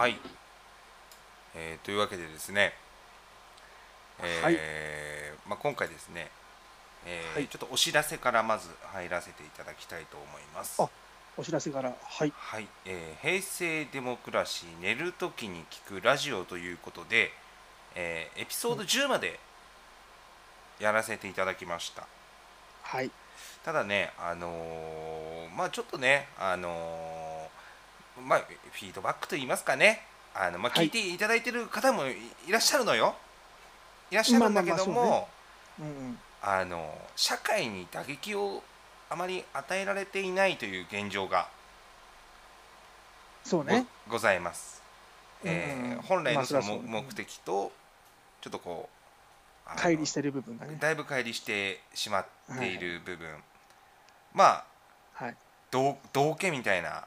はい、というわけでですね、 はい、 今回ですね、 はい。 ちょっとお知らせからまず入らせていただきたいと思います。 あ、お知らせから、はい、 はい、平成デモクラシー寝るときに聞くラジオということで、エピソードはい、 10までやらせていただきました。 はい、 ただね、ちょっとね、フィードバックといいますかね、聞いはい。 ていただいている方もいらっしゃるのよ。いらっしゃるんだけまあまあまあ、そうね。 ども、 うんうん。 社会に打撃をあまり与えられていないという現状がそうね。 ございます。 うんうん。 本来まあ、 のそのそりゃそうね。う目ん。 的とちょっとこう乖離してる部分がね。 だいぶ乖離してしまっていはい、 る部分、まあはい。 道家みたいな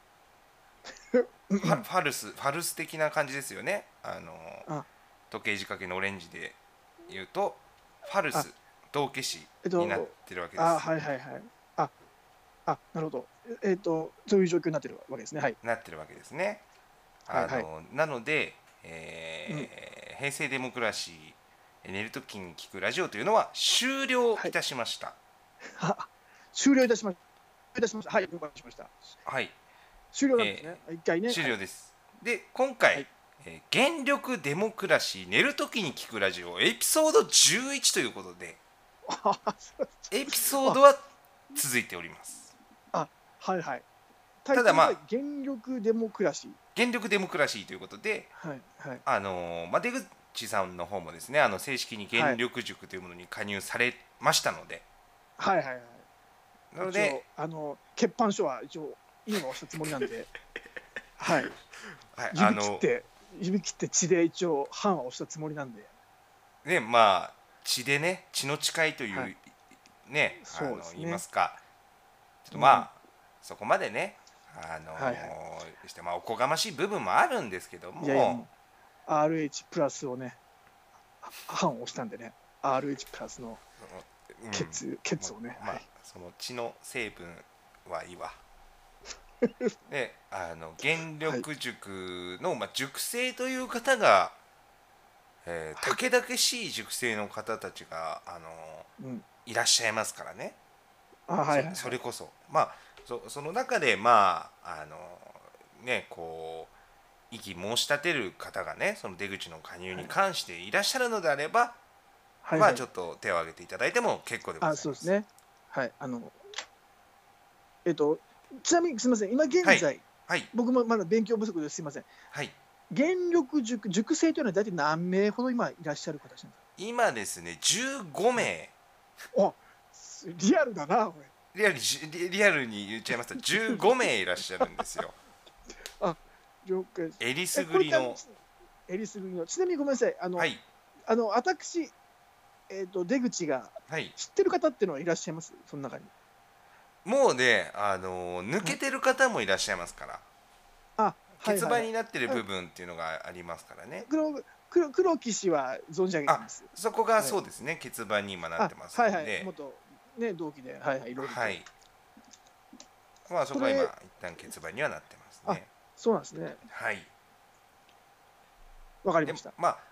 うんうん。 ファルス的な感じですよね。 あ、 時計仕掛けのオレンジで言うとファルあ、 ス、道化師になっえっと、 てるわけであ、 す。 はいはいはい。なるほど。そういう状況になってるわけですね。はい。 なってるわけですね。 はいはい。 なので、 うん。 平成デモクラシー寝るときに聞くラジオというのは終了はい。 いたしました。 終了いたしました。いたしました。はい、了解しました。 はい、 終了なんですえね。一回ね。はい。 終了です。で今回、 はい。 原力デモクラシー寝るときに聞くラジオエピソード11ということでエピソーあ、 ドは続いております。 はいはい。タイトルがただ原力デモクラシー。 原力デモクラシーということで、 はいはい出口さんの方もですね、正式に原はい力塾というものに加入されましたので、 はいはいはい。 なので、 一応欠板書は一応いいのは押したつもりなんで、はい。 はい、 指切って血で一応判は押したつもりなんで、 ね、血でね、血の誓いとはい。 いうね、言いまそうですね。 すか、ちょっとうん。 そこまでね、 はいはい。 おこがましい部分もあるんですけどいやいや、 も、 もう RH プラスをね、判を押したんでね、RH プラスのうん、 ケツをね、はい。 その血の成分はいいわ。で、原はい。 力塾の、塾生という方が、 はい。 たけだけしい塾生の方たちが、 うん。 いらっしゃいますからね。 はいはいはい。 それこそ、その中で、こう異議申し立てる方がね、その出口の加入はい。 に関していらっしゃるのであれば、 はいはい。 ちょっと手を挙げていただいても結構でございます。 そうですね。はい。えっと、ちなみにすみません、今はい、 現在、 はい、 僕もまだ勉強不足ですすみません。 はい。 原力塾生というのは大体何名ほど今いらっしゃる形なんです今ですね、15 か？はい。 名、 あ、リアルだな、これ。 リアルに言っちゃいますと、15名いらっしゃるんですよ。 あ、了解です。 えりすぐこれってりの、 えりすぐりの、ちなみにごめんなさい、 はい、 私、出口がはい。 知ってる方っていうのはいらっしゃいます？その中に。 もうね、抜はい。 けてる方もいらっしゃいますから、 はいはいはい。 欠番になってる部分っていうのがありますからね。 黒木氏は存じ上げてあ、 ます。 そこがはい。 そうですね、欠番に今なってますはいはい。 んで、 元、ね、同期で、はいはい、いろいろと。 はい。そこは今、 それ、 一旦欠番にはなってますあ、 ね。 そうなんですね。 はい。で、 わかりました。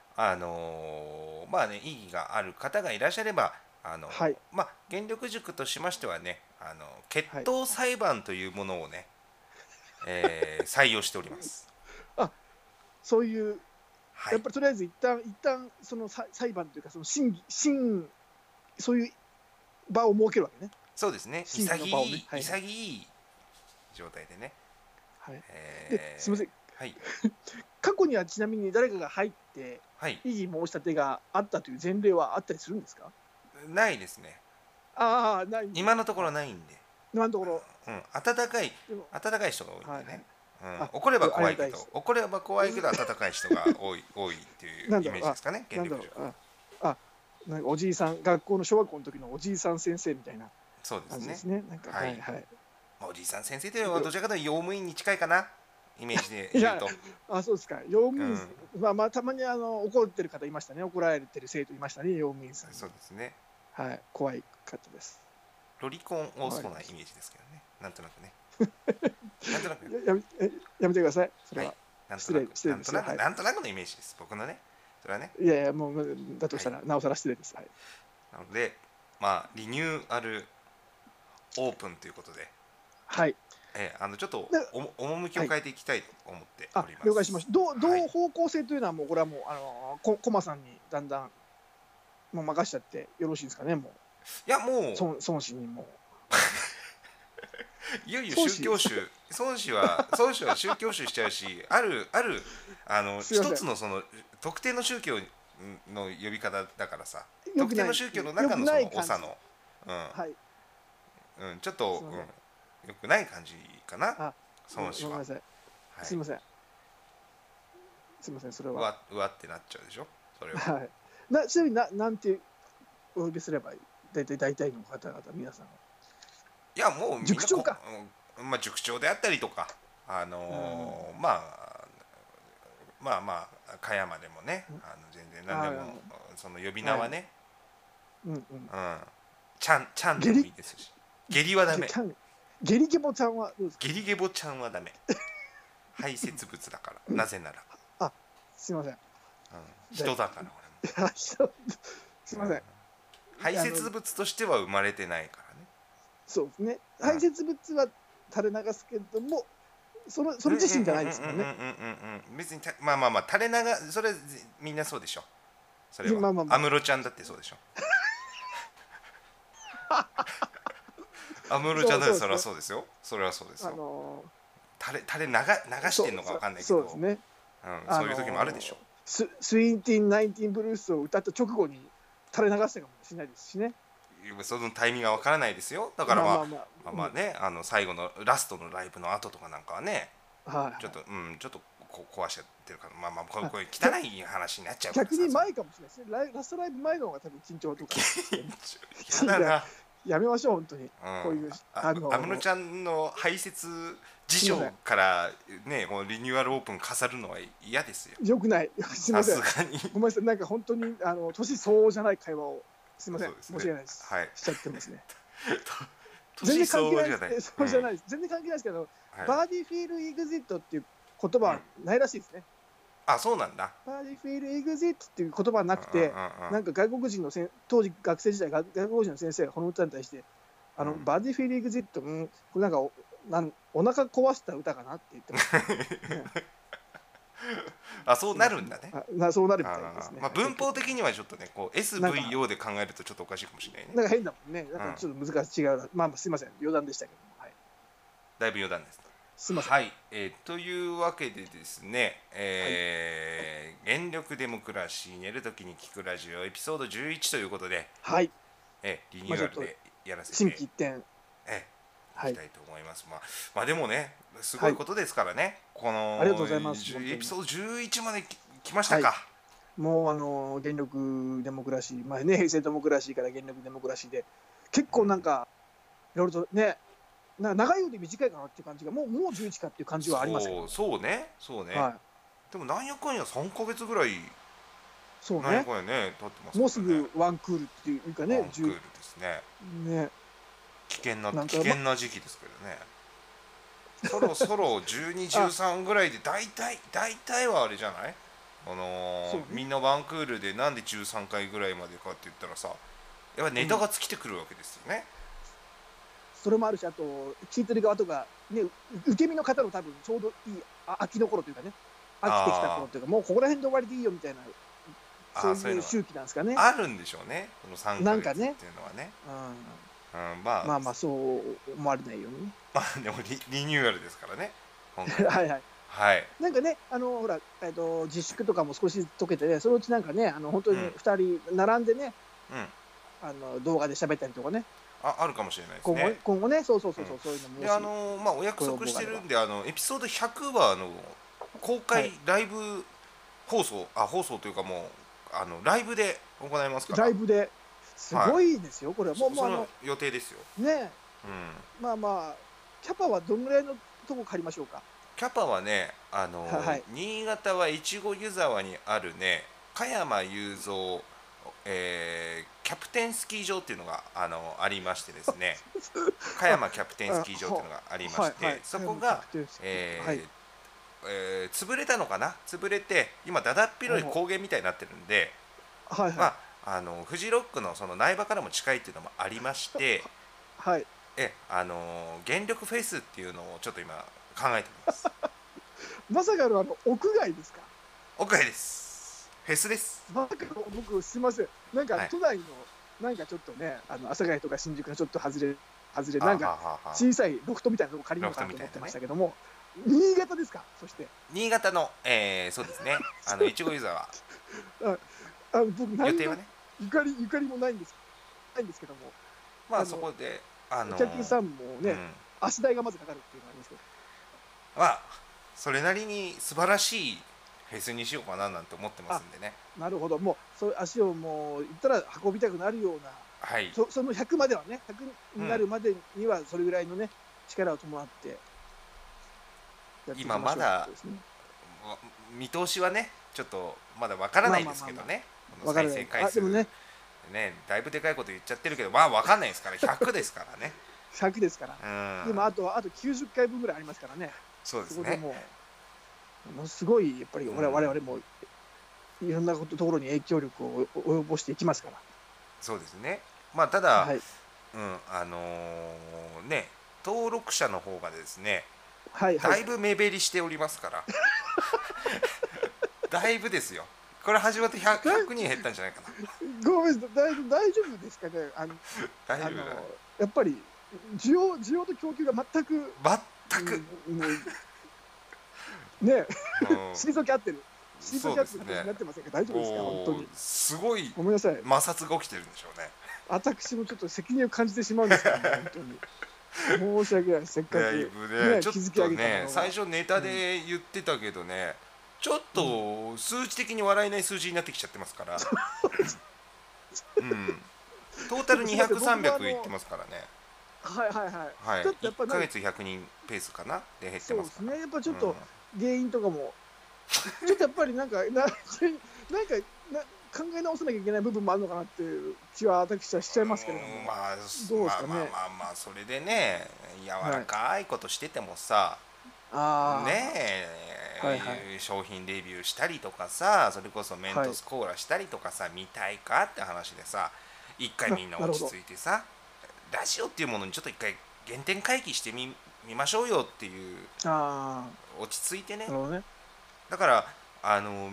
意義がある方がいらっしゃれば、 はい。 原力塾としましてはね、決はい。 闘裁判というものをね、採用しております。 あ、そういう、 はい。 やっぱりとりあえず一旦その裁判というか、そのそういう場を設けるわけね。 そうですね、 審議の場をね。はいはい。 潔い状態でね、 はい。で、すみません。 えはい、 過去にはちなみに誰かが入って、 はい、 異議申し立てがあったという前例はあったりするんですか？ ないですね。 ないんで。 今のところないんで、 今のところ、 うん、 でも、 温かい人が多いんでね、 はいはい。 うん、怒ればそれあり怖いけど、 がたいです。 怒れば怖いけど温かい人が多いっていうイなんだろう、 メージですかね、原なんだろう、 力塾。 あ、なんかおじいさん、学校の小学校の時のおじいさん先生みたいなそうですね。 感じですね。なんか、 はい。 はいはい。 おじいさん先生というのはどちらかというと用務員に近いかな、イメージでいや、 言うと。 そうですか。用務員、 うん、 たまに怒ってる方いましたね。怒られてる生徒いましたね、用務員さんに。 そうですね。 はい、怖い方です。 ロリコン多そうなイわかりました。 メージですけどね。なんとなくね。なんとなく。 やめてください、それはい。 は。 なんとなく失礼ですよ。はい。 なんとなくのイメージです、僕のね。それはね。 いやいや、もう、だとしたはい。 ら、なおさら失礼です。はい。 なので、まあ、リニューアルオープンということで、 はい。 ちょっとで、 趣をはい。 変えていきたいと思っておあ、 りま了解しました。 す。はい。 方向性というのは、もう、これはもう、コマさんにだんだん、もう任しちゃってよろしいですかね、もう。 いや、もう、 孫子にもう。 いよいよ孫子、 宗教宗、孫子は宗教宗しちゃうし、 すいません。 一つのその特定の宗教の呼び方だからさ、 よくない、 特定の宗教のよく中のそない感じ。 の長の、 はい。 ちょっと、 すいません。 よくない感じかな、 あ、 孫子は。 ごめんなさい。 はい。 すいません。すいません、それは。 うわってなっちゃうでしょ、それは。 はい。ちなみになんてお呼びすればいい？大体の方々、皆さん。 いや、もうみんな塾長か。 まあ、塾長であったりとか、 うん。 まあ、加山でもね、全然何でも、 あその呼び名はい。 はね、 うんうん。 うん、ちゃんでもいゲリ、 いですし、下痢はダメ。 ちゃん、ゲリゲボちゃんはどうですか？ 下痢ゲボちゃんはダメ。排泄物だから、なぜなら、 あ、すいません。じゃ人だからあ、すい俺も、 ません。 排泄物としては生まれてないからね。 そうですね。 うん。 排泄物は垂れ流すけども、それ自身じゃないですもんね。 別にまあ垂れ流それみんなそうでしょ。それはまあまあま安室ちゃんだってそうでしょ。安室ちゃんだってそれはそうですね。 そうですよ。それはそうですあよ。 の流してんのかわかんないけど、 そうですね。 そういう時もあるでしょ。 スイーティン・ナインティン・ブルースを歌った直後に垂れ流したかもしれないですしね。 そのタイミングがわからないですよ。だからまあまあまあ、 まあね、最後のラストのライブの後とかなんかはね、 はいちょっと壊しちゃってるから、 はい。 これ汚い話になっちゃうからさ、 逆に前かもしれないですね。ラストライブ前の方が多分緊張とかしてね。 やだな。 やめましょう、本当に。こういう、 安室ちゃんの排泄事情すいません。 からね、このリニューアルオープン飾るのは嫌ですよ。 よくない。すいまさせん。 すがに。 ごめんなさい。なんか本当に、年相応じゃない会話を、すいません。 そうですね。 申し訳ないです。 はい。 しちゃってますね。全年然関係ないです。 相応じゃない。 そうじゃないです。全然関係ないですけど、 はい。 バーディーフィール・イグジットっていう言葉はないらしいですね。 あ、そうなんだ。 バーディーフィール・イグジットっていう言葉はなくて、なんか外国人の当時学生時代、外国人の先生がこの歌に対して、バーディーフィール・イグジット、これなんかお腹壊した歌かなって言ってましたね。 あ、そうなるんだね。 そうなるみたいですね。 まあ文法的にはちょっとね、こうなんか、 SVO で考えるとちょっとおかしいかもしれないね。 なんか変だもんね。なんかちょっと難しい違う。まあすいません。余談でしたけども。はい。 だいぶ余談です。 すいません。 はい、というわけでですね、 はい。 原力デモクラシー寝るときに聞くラジオエピソード11ということで、 はい。 リニまあちょっと、 ューアルでやらせ心て、 機一転。 いはい。 きたいと思います。まあでもね、すごはい。 いことですからね、このありがとうございます。本当に。 エピソード11まで来ましたはい。 か。 もう原力デモクラシー、まあね、平成デモクラシーから原力デモクラシーで、結構なんか、いろいろとね、長いようで短いかなっていう感じが、もう11かっていう感じはありますけども。 そうね、そうね。 はい。 でもなんやかんや3ヶ月ぐらい、なんやそうね。 かんやね、経ってますもうすからね。 ぐワンクールっていうかね、 ワンクールですね。 ね、なんか、 危険な時期ですけどね。そろそろ12、 あ、 13ぐらいで大体はあれじゃない？ そうね。 みんなワンクールでなんで13回ぐらいまでかって言ったらさ、やっぱネタが尽きてくるわけですよね。 それもあるし、あと、聞いてる側とか、ね、受け身の方の多分ちょうどいい秋の頃というかね、飽きてきた頃というか、もうここら辺で終わりでいいよみたいな、そうそういうのがいう周期なんですかね。 あるんでしょうね、この3ヶ月ってなんかね、 いうのはね。 まあまあ、そう思われないようにね。 まあでもリニューアルですからね、今回はね。 はいはい。 はい。 なんかね、ほら、自粛とかも少し解けてね、そのうちなんかね、本当に2人並んでね、動画で喋ったりとかね、 あるかもしれないですね。 今後ね、そういうのもで、 し、 まあ、お約束してるんで、エピソード100は、公開はい。 ライブ放送というかもう、ライブで行いますから、 ライブですはい。 ごいですよ、これは。もう、 その予定ですよ。 ね、 うん。 まあまあ、キャパはどんぐらいのとこ借りましょうか。 キャパはね、 はい。 新潟は越後湯沢にあるね、加山雄三、キャプテンスキー場っていうのがありましてですね、加山キャプテンスキー場っていうのがありまして、そこが、 はい。 潰れたのかな、潰れて今だだっ広い高原みたいになってるんで、 はいはい。 まあ、フジロックのその苗場からも近いっていうのもありまして、 はい。 原力フェスっていうのをちょっと今考えてます。 まさかの屋外ですか？ 屋外です。フェスです。 まさかの、僕すいません。なんかはい。 都内のなんかちょっとね、阿佐ヶ谷とか新宿のちょっと外れあはなんかはは。 小さいロフトみたいなとこ借りるロフのかなと思ってトみたいなね。 ましたけども、新潟ですか？そして。 新潟の、そうですね。越後湯沢。 あ、僕何の予定はね。 ゆかりもないんですけども、 まあそあのこで、 お客さんもね、 うん。 足代がまずかかるっていうのがありますけど。 まあ、それなりに素晴らしいフェスにしようかななんて思ってますあ、 んでね。 なるほど。もうそういう足をもう行ったら運びたくなるような、 はい。 その100まではね、100 うん。 になるまでにはそれぐらいのね、力を伴ってやっていきましょうってこ今まだとですね。 見通しはね、ちょっとまだわからまないであまあまあますけどね。こあ、 の再わからない。 生回数でもね、 ね、だいぶでかいこと言っちゃってるけど、まあわかんないですから、100ですからね。 100ですから。 うん。 でもあと90回分ぐらいありますからね。そそうですね。 こでもものすごいやっぱりうん。 我々もいろんなところに影響力を及ぼしていきますから。 そうですね。まあただ、 はい。 うん、ね、登録者の方がですね、 はいはいはい。 だいぶ目減りしておりますから、だいぶですよ。これ始まって100、 だい人減ったんじゃないかな。 ごめんなさい、大丈夫ですかね。 大丈夫だね。 やっぱり需要と供給が全く、 全く。 もうね、 うシーソーキャってる。 ん、 シーソーキャってそうですね。 る形になってませんか？大丈夫ですか？本当に。 すごいごめんなさい。 摩擦が起きてるんでしょうね。 私もちょっと責任を感じてしまうんですけども、本当に。申し訳ない。せっかだいくぶね、 ね、 ちょっ築き上げたもとね、 のが。 最初ネタうん。 で言ってたけどね、ちょっうん。 と数値的に笑えない数字になってきちゃってますから、うん、トータル200、 ちょっとすみません。僕も 300いってますからね。 はいはいはい。 はい、 ちょっとや 1 っぱなんか、 ヶ月100人ペースかなで減ってますかそうですね。やっぱちょっら。うん。 と原因とかも、ちょっとやっぱりなんかな考え直さなきゃいけない部分もあるのかなっていう気は私はしちゃいますけれども、 まあ、 どうですかね。 それでね、柔らはい。 かいことしててもさ、ねああ、はいはい。 え、商品レビューしたりとかさ、それこそメンはい。 トスコーラしたりとかさ、見たいかって話でさ、一回みんな落ちなるほど。 着いてさ、ラジオっていうものにちょっと一回原点回帰してみましょうよっていう、 あ落ち着いてあ、 ね。 なるほどね。 だからあの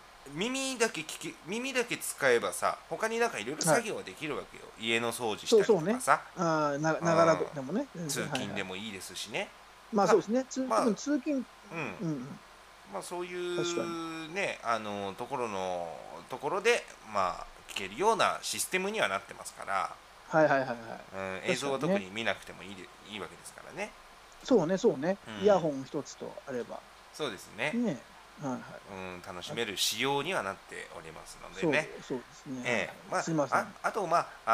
耳だけ使えばさ、他になんかいろいろはい。 作業ができるわけよ。家の掃除したりそうそうね。 とかさ、 ながらうん、 でもね、全然、 通勤はいはい。 でもいいですしね。 まあだからそうですね。 まあ、 特に通勤、 うん、 うんうん、 まあそうい確かに。 うね、ところでまあ聞けるようなシステムにはなってますから、 はいはいはいはい。 うん、映像は確かにね。 特に見なくてもいいわけですからね。 そうね、そうね。 うん、 イヤホン一つとあれば。 そうですね。 ね。はいはい。 うん、楽しめる仕様にはなっておりますのでね。 そうですね。はいはい。 ますいません。 あと、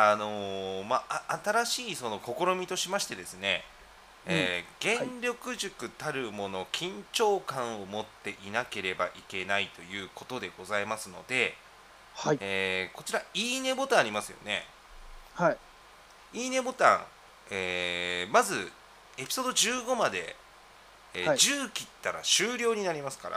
新しいその試みとしましてですね、 うん。はい。 原力塾たるもの緊張感を持っていなければいけないということでございますので、 はい。 こちら、いいねボタンありますよね。 はい。 いいねボタン、まず、エピソード15まで、 はい。 10切ったら終了になりますから、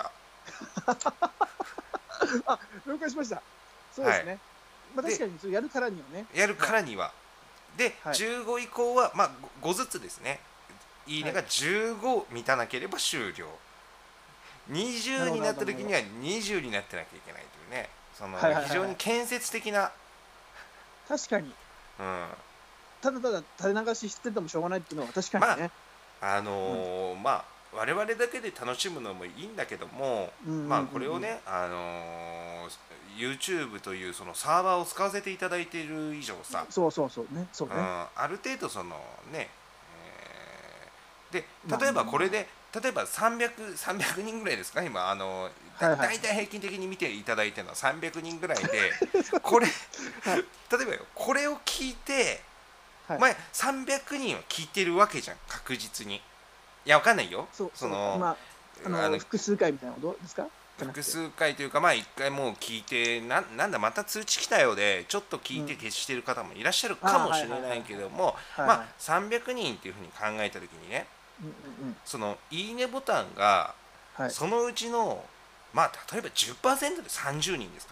あ、了解しました。そうではい。 すね。まあ確で、 かに、それやるからにはね。 やるかはい。 らには。で、 はい。 15以降は、まあ、5ずつですね。いいねはい。 が15満たなければ終了。20 なるほど、 になるほど、なるほど。 なった時には20になってなきゃいけないというね、そのはいはい非常にはいはい。 建設的な、 確かに、 うん、 ただただ垂れ流ししててもしょうがないっていうのは確かにまあ、 ね。うん。 我々だけで楽しむのもいいんだけども、 うんうんうんまあ、これうん。 をね、YouTube というそのサーバーを使わせていただいている以上さ、 そうそうそうね。そうね。 ある程度そのね、で、 まあ例えまあまあ。 ばこれで、例えば300人ぐらいですか、今、 はいはいはい。 だいたい平均的に見ていただいてるのは300人ぐらいで、これ、 はい。 例えばよ、これを聞いて、 はい。 前、300人は聞いてるわけじゃん、確実に。いや、わかんないよ。 そうそう。まあ、 あの、 複数回みたいなことですか？じゃなくて。 複数回というか、まあ、一回もう聞いて、なんだ、また通知来たよで、ちょっと聞いてうん。 消してる方もいらっしゃるかああ、 もはいはいはいはい。 しれないけども、まあ、 はいはい。 300人っていうふうに考えたときにね、 うんうんうん。 その、いいねボタンが、 はいそのうちのまあ例えば 10% で30人ですから、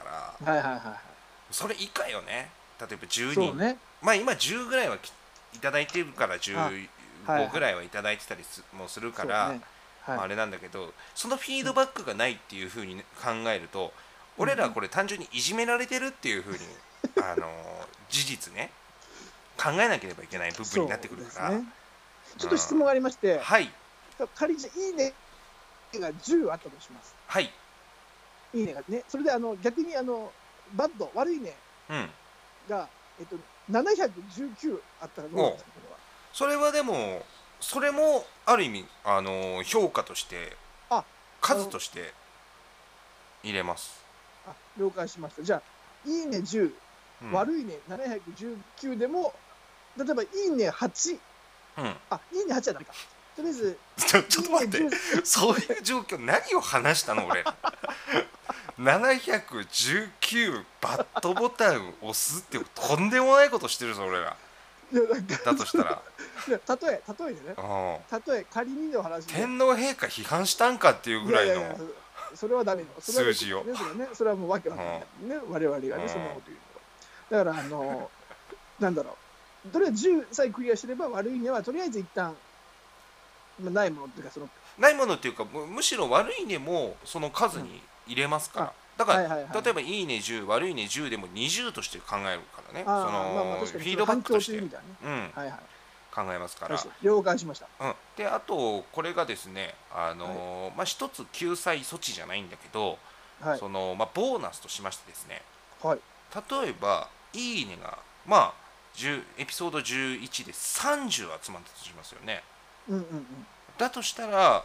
はいはいはいはい。 それ以下よね。例えば10人、 そうね。 まあ今10ぐらいいただいてるからあ、はい 15ぐはい。 らいはいただいてたりもするから、 そうね。はい。 まあ、あれなんだけど、そのフィーうん。 ドバックがないっていうふうにね考えると、俺らうんうん。 これ単純にいじめられてるっていうふうに、事実ね、考えなければいけない部分になってくそうるから、 ですね。ちょうん、 っと質問がありまして、 はい、 仮にいいねが10あったとします。 はい、 いいねがね。それで逆にバッド、悪いねうん、 が、719あったらどうなんおですか、これは。 それはでも、それもある意味、評価として、 あ、なるほど。 数として入れます。 了解しました。じゃあ、いいね10、 うん、 悪いね719でも、例えばいいね8、 うん。 いいね8はダメか。とりあえず、 ちょっといいね待って、 10、 そういう状況、何を話したの、俺ら。719バットボタンを押すってとんでもないことしてるぞ、俺ら。 いや、なんか、 だとしたら、 いや、例えでね、 うん、 例え、仮にの話で、 天皇陛下批判したんかっていういぐらいのやいやいや、それはダメよ。それは別数字を。 にね、それはね、それはもうわけわかんないね、我々がね、そんなこと言うのは。だから、なんだろう、とりあえず10さえクリアしてれば、悪いねはとりあえず一旦、ないものっていうか、 ないものっていうか、むしろ悪いねもその数うん、 に入れますから。 あ、 だかはいはいはい。 ら、例えばいいね10、悪いね10でも20として考えるからね。そまあまあ、 の確かにフィードバッその反響クとして、 という意味ではね。 うん、 はいはい。 考えますから。 確かに。了解しました。 うん、であとこれがですね、 はい。 まあ、一つ救済措置じゃないんだけど、 はい。 まあ、ボーナスとしましてですね、 はい。 例えばいいねがまあエピソード11で30集まったとしますよね。 うんうんうん。 だとしたら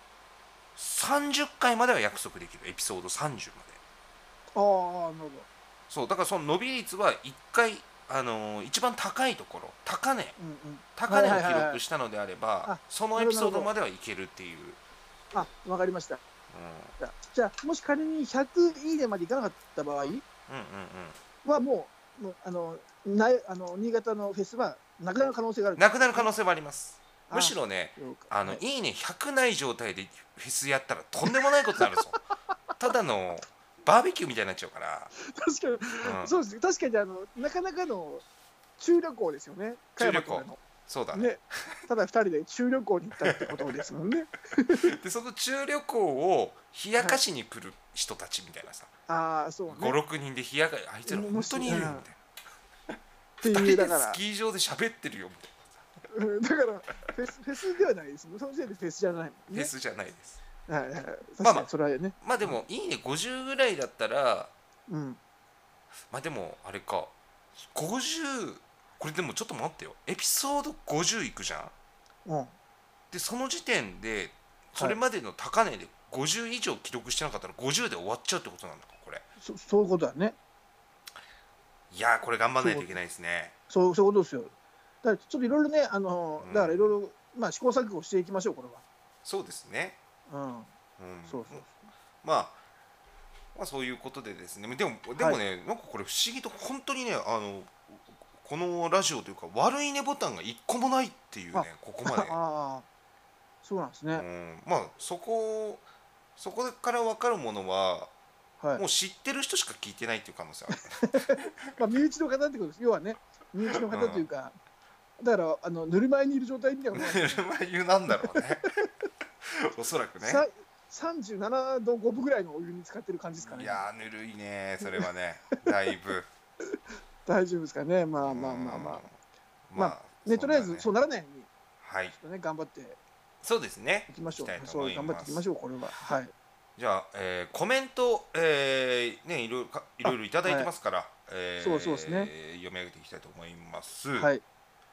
30回までは約束できる、エピソード30まで。 ああ、なるほど。 そうだから、その伸び率は1回、一番高いところ、 うんうん。 高値を記はいはいはいはい。 録したのであれば、 あ、 そのエピソードなるほどなるほど。 まではいけるっていう、 わかりました。 うん、 じゃあ、もし仮に100いいねまでいかなかった場合うんうんうん。 は、もう新潟のフェスはなくなる可能性があるってなことですね。 くなる可能性もあります。むしあ、 ろね、 了解。はい。 いいね100ない状態でフェスやったらとんでもないことになるぞ。ただのバーベキューみたいになっちゃうから。 確かに、 うん、 そうですね。確かになかなかの中旅行ですよね。加中旅行、 山と俺の。 そうだね。 ね。ただ2人で中旅行に行ったってことですもんね。 でその中旅行を冷やかはい。 しに来る人たちみたいなさ、 そうね。 56人で冷やかあいつら本当にいるよみたいってな、2 いう、 人でだから、 スキー場で喋ってるよみたいだからフェスではないですもん。その時点でフェスじゃないもんな、フェね。 スじゃないです。 はいはい。確かに、 まあまあそれはね。 まあでもいいね50ぐらいだったら、 うん。 まあでもあれか、50、これでもちょっと待ってよ、エピソード50いくじゃん。 うん。 でその時点でそはい。 れまでの高値で50以上記録してなかったら50で終わっちゃうってことなんだかこれ。 そういうことだね。 いやー、これ頑張んそういうこと。 ないといけないですね。 そういうことですよ。だからちょっといろいろね、 うん、 だからいろいろ、まあ試行錯誤していきましょう、これそうですね。 は。うん。 うん、 そうそうまあ、まあそういうことでですね、ではい。 もね、なんかこれ不思議と本当にね、このラジオというか悪いねボタンが1個もないっていうあ、 ね、ここまで。 ああ、そうなんですね。 うん、まあそこから分かるものははい。 もう知ってる人しか聞いてないっていう可能性ある。 まあ、身内の方ってことです。要はね、身内の方というか、だから、ぬるま湯にいる状態みたいなことなんですよね。 ぬるま湯なんだろうね。おそらくね。 さ37度5分ぐらいのお湯に使ってる感じですかね。 いやー、ぬるいね、それはね、だいぶ。 大丈夫ですかね。 うーまあまあまあまあ。 ん、 まあ、 まあ、 ね、とりあえそんなね。 ずそうならないように、ちはい、 ょっとね、頑張ってそうですね、 いきましょう。 いきたいと思そう、頑張っています。 いきましょう、これは。はい。 じゃあ、コメント、ね、いろいろいただいはい。 てますから、 そうですね。 読み上げていきたいと思います。 はい。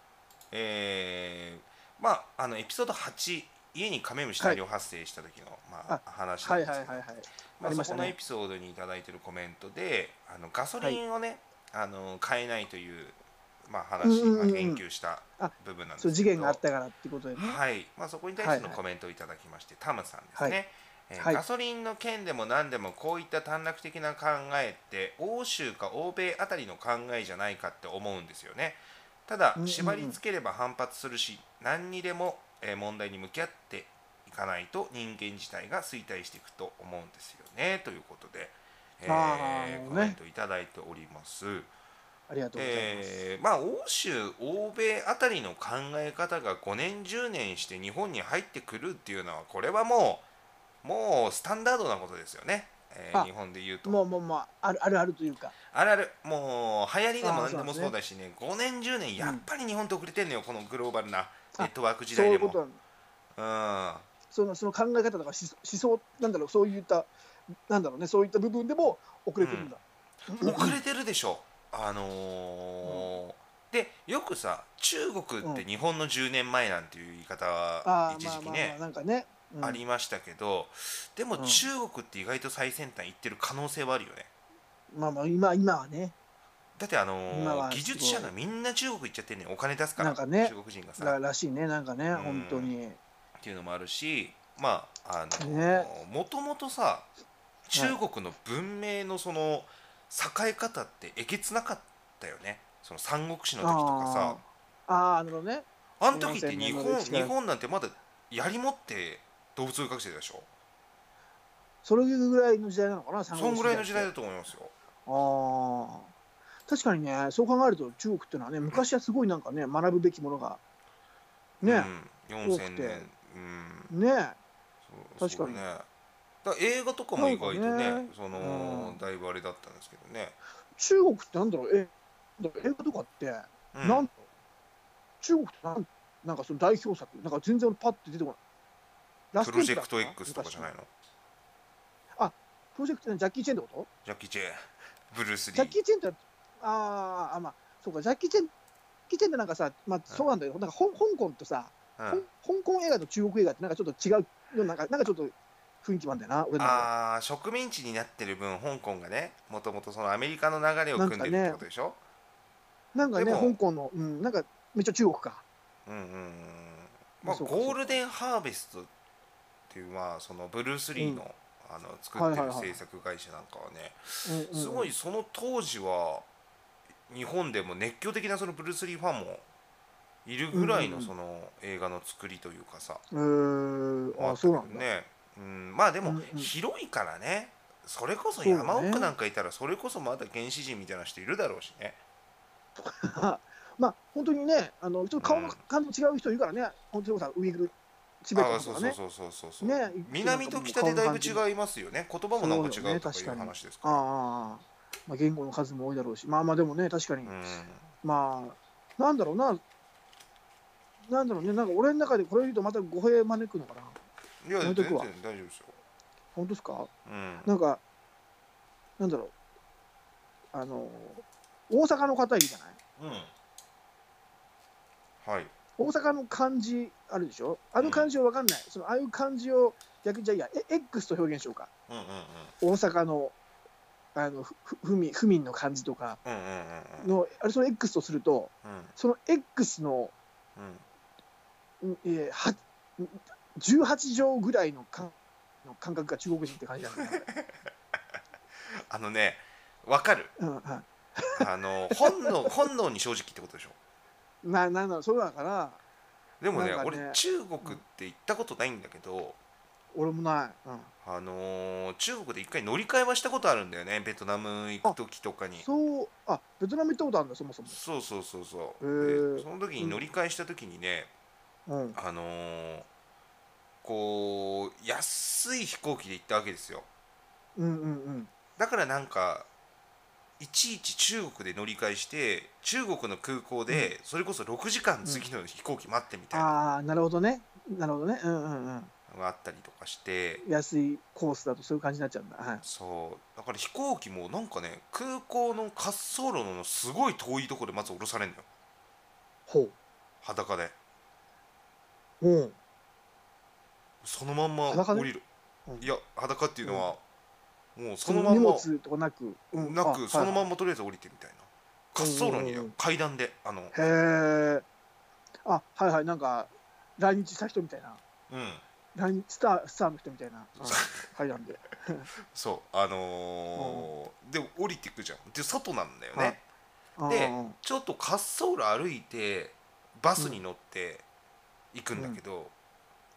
まあ、エピソード8、家にカメムシはい。 大量発生した時の、まあ、 あ、話なはいんですけど、 はいはいはい。 まあ、そこのエありましたね。 ピソードにいただいているコメントで、ガソはい。 リンをね、買えないという、まあ、 うんう話、まあ、言んうんうん。 及したあ、 部分なんでそう、事件があっすけれど、 たからっていうことでね。 はい、まあ、そこに対してのはいはい。 コメントをいただきまして、タムさんですはい。 ね。 はい。 ガソリンの件でも何でもこういった短絡的な考えって欧州か欧米あたりの考えじゃないかって思うんですよね。ただうんうんうん。 縛りつければ反発するし、何にでも問題に向き合っていかないと人間自体が衰退していくと思うんですよね、ということで、コメントいただいております。 ありがとうございます。 まあ欧州欧米あたりの考え方が5年10年して日本に入ってくるっていうのは、これはもうスタンダードなことですよね、 あ、 日本で言うと。 もうあるというか。 あるある、もう流行りでもああ、 何でもそうなんですね。 そうだしね、5年10年やっうん。 ぱり日本って遅れてんのよ、このグローバルなネッあ、 トワーク時代でも。 そういうことなんうんその考え方とか思想、なんだろう、そういった、なんだろうね、そういった部分でも遅れてるんだ。 遅れてるでしょ。 うん。 でよくさ、中国っうん。 て日本の10年前なんていう言い方はああ、 一時期ねなんかね。うん。 ありましたけど、でもうん。 中国って意外と最先端行ってる可能性はあるよね。 今はね、 だって今は技すごい、 術者がみんな中国行っちゃってんねん、お金出すから、 なんかね、 中国人がさ。 らしいね、なんかね、 う本当んに。 っていうのもあるし、まあね。 もともとさ、 はい。 中国の文明のその栄え方ってえげつなかったよね。その三国志の時とかさ、 ああ、ああ、なるほどね。 あの時って 4000年の歴史日が、 本なんてまだ槍持って動物を追いかけてたでしょ。 それぐらいの時代なのかな、三そん国ぐらいの時代だ志時代って。 と思いますよ。 ああ、確かにね、そう考えると中国っていうのはね、昔はすごいなんかね、学ぶべきものがね、 うん、4000 多くて、 年、うん、 ね、確かに。 そうだね。だから映画とかも意なんか外とね、 ね、うん、 だいぶあれだったんですけどね。 中国ってなんだろう、映画とかって、 うん、 なんだろう、中国ってなんかその代表作、なんか全然パッて出てこない。ラストエンプロジェクトペラーとか X とかじ昔の。 ゃないの？ あ、プロジェクト、ジャッキー・チェンってこと？ ジャッキー・チェン、ブルース・ジャッリキー・チェンって、まあ、そうか、ジャッキー・チェンってなんかさ、まあー。 そうなんだよ。なんか香港とさ、 うん、うん。 香港映画と中国映画ってなんかちょっと違う、なんかちょっと雰囲気もあるんだよな、俺の中では。 植民地になってる分、香港がね、もともとそのアメリカの流れを組んでるってなんかね、 ことでしょ。 香でも、 港の、なんかめっちゃ中国か。 うんうんうん、まあ、 そうか、そうか。 ゴールデンハーベストっていう、まあ、そのブルース・うん。 リーの、作ってるはいはいはい。 制作会社なんかはね、 うんすごいその当時は日本でも熱狂的なそのブルース・リーファンもいるうんぐらいのうんその映画の作りというかさ、 あ、 もあったそうなんだ。 けどね、まあでもうんうん。 広いからね、それこそそう山奥なだね。 んかいたらそれこそまだ原始人みたいな人いるだろうしね。 まあ、本当にね、ちょっと顔のうん、 感じ違う人いるからね、本当にさ、ウイグル、チベットああ、 の方とかね、 そう、 ね、行くとなん南かもうと北でだいぶ顔の感じも、 違いますよね。言葉もなんか違そうよね、 うとかいう確かに。 話ですから。 まあ、言語の数も多いだろうし、まあまあ、でもね、確かに、 うん、 まあ、なんだろうな、なんだろうね、なんか俺の中でこれを言うとまた語弊招くのかな。 いや全然やめとくわ。 大丈夫ですよ。 本当ですか？ うん、 なんか、なんだろう、あの、大阪の方いるじゃない？ うん、はい、 大阪の漢字あるでしょ？あうん、 の漢字は分かんない。ああいう漢字を逆にじゃあいいや、X と表現しようか。 うん、うん、うん、 大阪の、府民の漢字とかうん、うん、うん、 の、あれその X とすると、 うん、 その X の、 うん、 18乗ぐらいの感覚が中国人って感じなんだよね。 あのね、わかる。 はい。 本能に正直ってことでしょ。 なんだろう、そうなのかな。 でもね、俺なんかね、 中国っうん、 て行ったことないんだけど、 俺もない。うん。 中国で一回乗り換えはしたことあるんだよね、ベトナム行くあ、 時とかに。 ベトナム行ったことあるんだ、そもそも。 で、 ー、 その時に乗うん、 り換えした時にね、 うん、 あのーこう安い飛行機で行ったわけですよ。 うん、うん、うん。 だからなんかいちいち中国で乗り換えして中国の空港うん、 でそれこそ6時間うん。 次の飛行機待ってみたいなああ、なるほどね。なるほどね。うんうんうん。 のがあったりとかして、 安いコースだとそういう感じになっちゃうんだ。はい。 そうだから飛行機もなんかね、空港の滑走路のすごい遠いところでまず降ろされるのよ、 ほ裸で。 う。うん。 そのまんま裸で？ 降りる。 うん。 いや、裸っていううん。 のはもうそその荷のまんま物とかなく、うん。 なく、そのまんはいはまとりあえず降りてみたいな。 い。う滑んう走路にだよ、 んうんうん。 階段でへえ。はいはい。なんか、来日した人みたいな。 うん、 スターの人みたいな。うん。階段で。 そう、 うん。 で降りていくじゃん。で外なんだよはい。 ね。 うでんうんちょっと滑走路歩いてバうん。 スに乗って行くんうん。 だけど、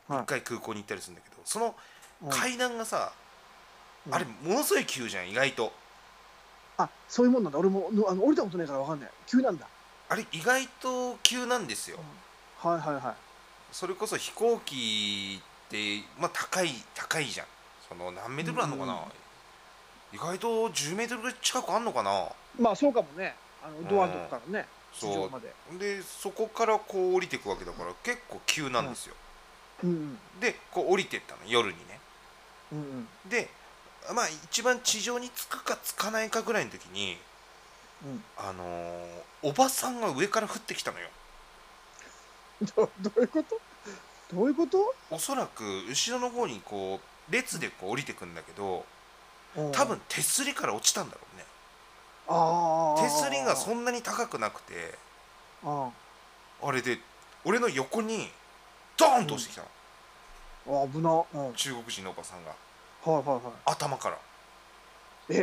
はい一回空港に行ったりするんだけど、そのうん階段がさ、 うんあれものすごい急じゃん意外と。 あ、そういうもんなんだ。俺も降りたことないからわかんない。急なんだ。 あれ意外と急なんですよ。 はいはいはい。 それこそ飛行機ってまあ高いじゃん。その何メートルあるのかな、 うん意外と10メートルぐらい近くあんのかな。 まあそうかもね。ドアのとこうんからね、地そ上まで。 うで、そこからこう降りていくわけだから結構急なんですよ。 うんでこう降りてったの夜にね。 うんうんでまあ一番地上に着くか着かないかぐらいの時にうんおばさんが上から降ってきたのよ。 どういうこと？どういうこと？ おそらく後ろの方にこう列でこう降りてくんだけど、 うん多分手すりから落ちたんだろうね。 ああ手すりがそんなに高くなくて、 ああれで俺の横にドーンと落ちてきたの、 あ危な。うん中国人のおばさんがはいはいは頭から。 い。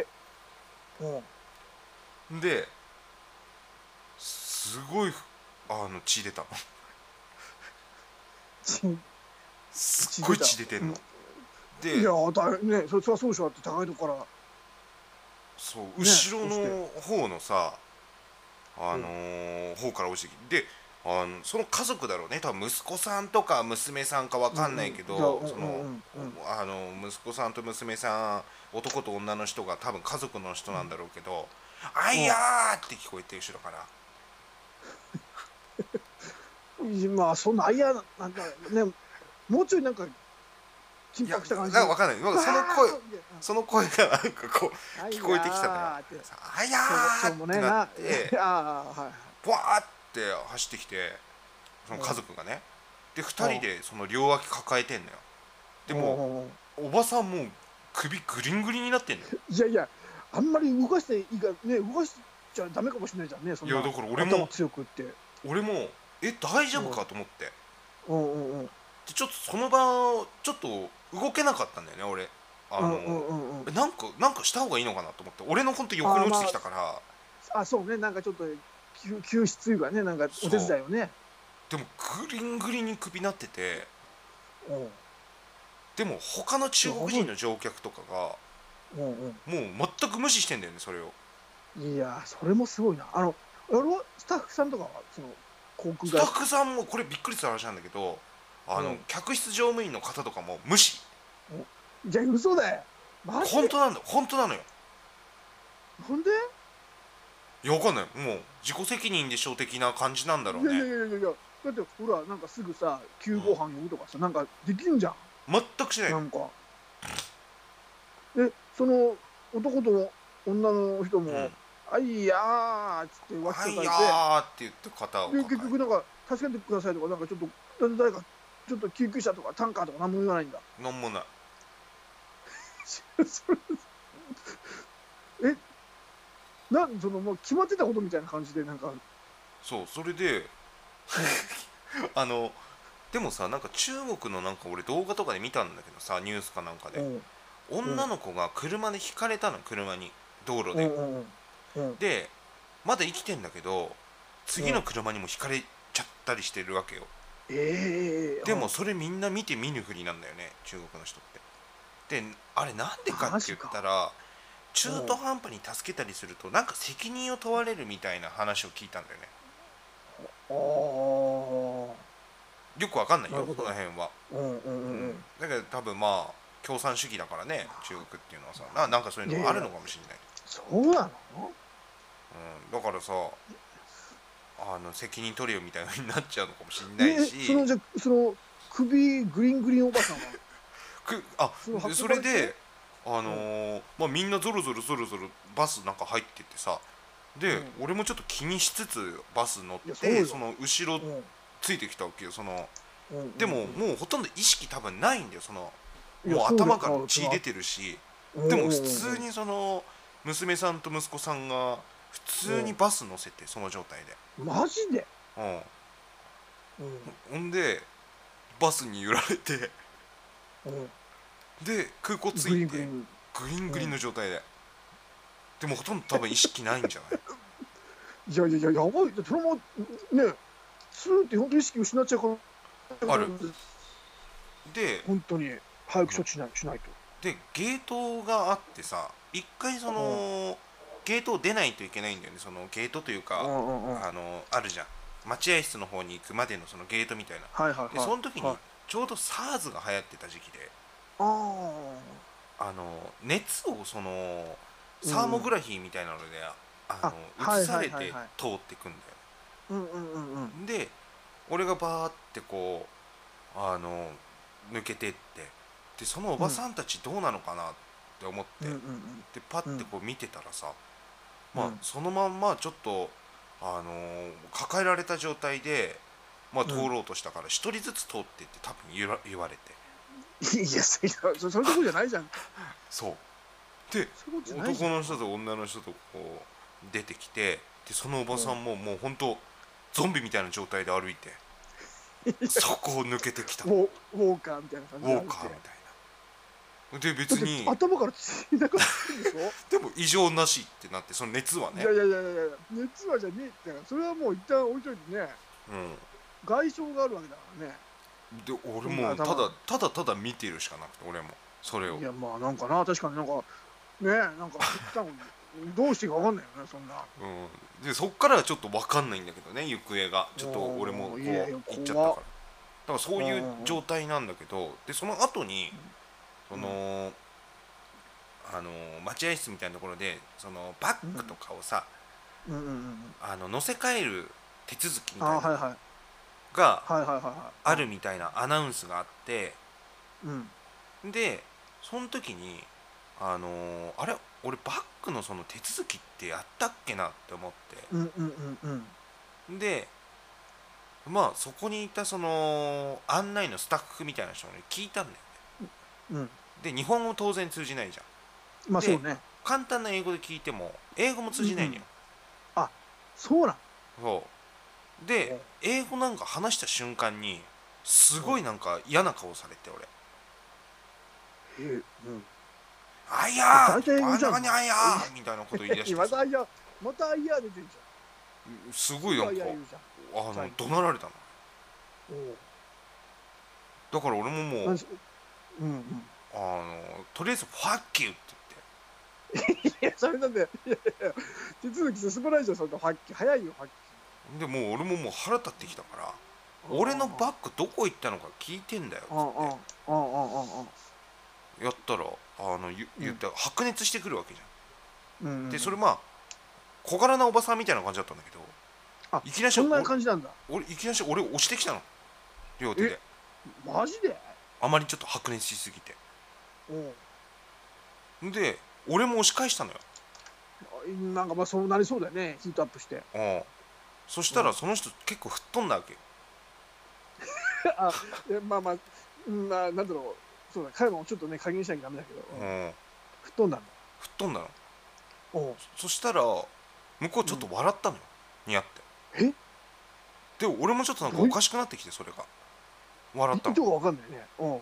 うんですごい血出たの。 ちすっごい血出てんの。 いでやだね、そりゃそうでしょ。だって高いとこから。 そうね後ろの方のさ方から落ちてきて、でその家族だろうね、多分息子さんとか娘さんかわかんないけど、その息子さんと娘さん、男と女の人が多分家族の人なんだろうけど、あいやーって聞こえて後ろから。 まあそんなあいやなんかね、もうちょいなんか緊いや迫した感じなんかわかんない、なんかその声がなんかこう聞聞こえてきたのよ。あいやーってなってブワーって走ってきて、その家族がね、で2人でその両脇抱えてんのよ。でもおばさんもう首グリングリになってんのよ。 いやいや、あんまり動かしていいかね、動かしちゃダメかもしれないじゃんね。そんないやだから俺頭も強くって大丈夫かと思って、 うんでちょっとその場ちょっと動けなかったんだよね俺。なんかした方がいいのかなと思って、俺のほんと横に落ちてきたから。 あ、そうね、なんかちょっと救出というかね、なんかお手伝いをね。 でもグリングリに首なってて、 うんでも他の中国人の乗客とかがうんもう全く無視してんだよねそれを。 いやそれもすごいな。あれはスタッフさんとかはその航空スタッフさんもこれびっくりする話なんだけど、客室乗務員の方とかも無視。 いや嘘だよ。マジで？ 本当なのよ。 なんで？ いやわかんない、もう自己責任でしょう的な感じなんだろういやいやね。 いやいやいや、だってほらなんかすぐさ救護班呼ぶとかさ、なんかできんじゃん。 全くしない。 なんかその男と女の人も「あいやー」っつって脇はい抱えて、 やーって言って肩を抱えで結局なんか助けてくださいとか、なんかちょっと誰かちょっと救急車とかタンカーとか何も言わないんだ。 なんもない。 それそのもう決まってたことみたいな感じでなんか。 そうそれででもさ、なんか中国のなんか俺動画とかで見たんだけどさ、ニュースかなんかで女の子が車でひかれたの、車に、道路で。でまだ生きてんだけど次の車にもひかれちゃったりしてるわけよ。でもそれみんな見て見ぬふりなんだよね中国の人って。であれなんでかって言ったら、中途半端に助けたりするとなんか責任を問われるみたいな話を聞いたんだよね。よくわかんないよこの辺は。だけど多分まあ共産主義だからね中国っていうのはさ、なんかそういうのがあるのかもしれない。 そうなの？ だからさ責任取れよみたいになっちゃうのかもしれないし。 その首グリングリンおばさんはそれでまあみんなゾロゾロバスなんか入ってってさ、で俺もちょっと気にしつつバス乗ってその後ろついてきたわけよ。でももうほとんど意識多分ないんだよ。もう頭から血出てるし。でも普通にその娘さんと息子さんが普通にバス乗せてその状態で。 マジで？ ほんでバスに揺られて、で空港着いてグリングリンの状態で。でもほとんど多分意識ないんじゃない？ いややばい。それもね、スーって本当に意識失っちゃうから。 ある。 で本当に早く処置しないと。 でゲートがあってさ、一回そのゲートを出ないといけないんだよね。そのゲートというか、あるじゃん、待合室の方に行くまでのそのゲートみたいな。 はいはいでその時にはいはい。 ちょうど SARS が流行ってた時期で、 ああ。 熱をそのうんサーモうん。 グラフィーみたいなのであ、はい映されてはいはいはい。 通ってくんだようんうんうんうん。 ね。で俺がバーってこう抜けてって、でそのおばうんさんたちどうなのかなって思って、 うんうんでパッうんてこう見てたらさ、まあうんそのまんまちょっと抱えられた状態で、まあ、 うん。 通ろうとしたから一人ずつ通ってって多分言われて、 いや、そういうとこじゃないじゃん。 そうでそういうことじゃないじゃん。 男の人と女の人とこう出てきて、でそのおばさんももうほんとゾンビみたいな状態で歩いてそこを抜けてきたの。 ウォーカーみたいな感ウじで歩いて。 ォーカーみたいな。で別だってに頭から血流してるんでしょ。 でも異常なしってなって、その熱はいね、 やいやいやいやいや、熱はじゃねえってから、それはもう一旦置いといてね、外傷があるわけだからね。 で俺もただ見てるしかなくて、俺もそれを。 いや、まあなんかな、確かになんか、ね、なんか、一旦どうしていいか分かんないよね、そんな。 でそっからはちょっと分かんないんだけどね、行方がちょっと俺もこういやいや行っちゃったから。だ怖っ。 からそういう状態なんだけど、でその後にその待合室みたいなところでそのバッグとかをさ、乗せ替える手続きみたいなのがあるみたいなアナウンスがあって、でその時にあれ俺バッグのその手続きってやったっけなって思って、でまあそこにいたその案内のスタッフみたいな人に聞いたんだよね。で日本語当然通じないじゃん。 まあそうね。 簡単な英語で聞いても英語も通じないのよ。 あ、そうなん。 そうで英語なんか話した瞬間にすごいなんか嫌な顔されて、俺あいやーバンダにあいやーみたいなこと言い出してまたアイヤー出てんじすごいなんか怒鳴られたの。だから俺ももうとりあえずファッキューって言って。いや、それだって、いやいや、手続き進まないじゃん、そんなファッキュー。早いよ、ファッキュー。でもう俺ももう腹立ってきたから、俺のバッグどこ行ったのか聞いてんだよっつってやったら言って白熱してくるわけじゃん。でそれまあ小柄なおばさんみたいな感じだったんだけど、いきなりそんな感じなんだ。 いきなり俺押してきたの、両手で。 マジで？ あまりちょっと白熱しすぎて。で俺も押し返したのよ。 なんかまあそうなりそうだよね、ヒートアップして。 そしたらその人結構吹っ飛んだわけよ。 まあなんだろう、そうだ、彼もちょっとね加減しなきゃダメだけど、吹っ飛んだんだ。 吹っ飛んだの。そしたら向こうちょっと笑ったのよ、ニヤって。で俺もちょっとなんかおかしくなってきて、それが笑ったの。 意図が分かんないね。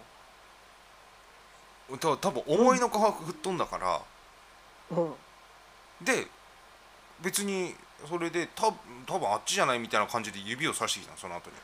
多分思いのほか吹っ飛んだから、で別にそれで多分あっちじゃないみたいな感じで指をさしてきたの、その後に。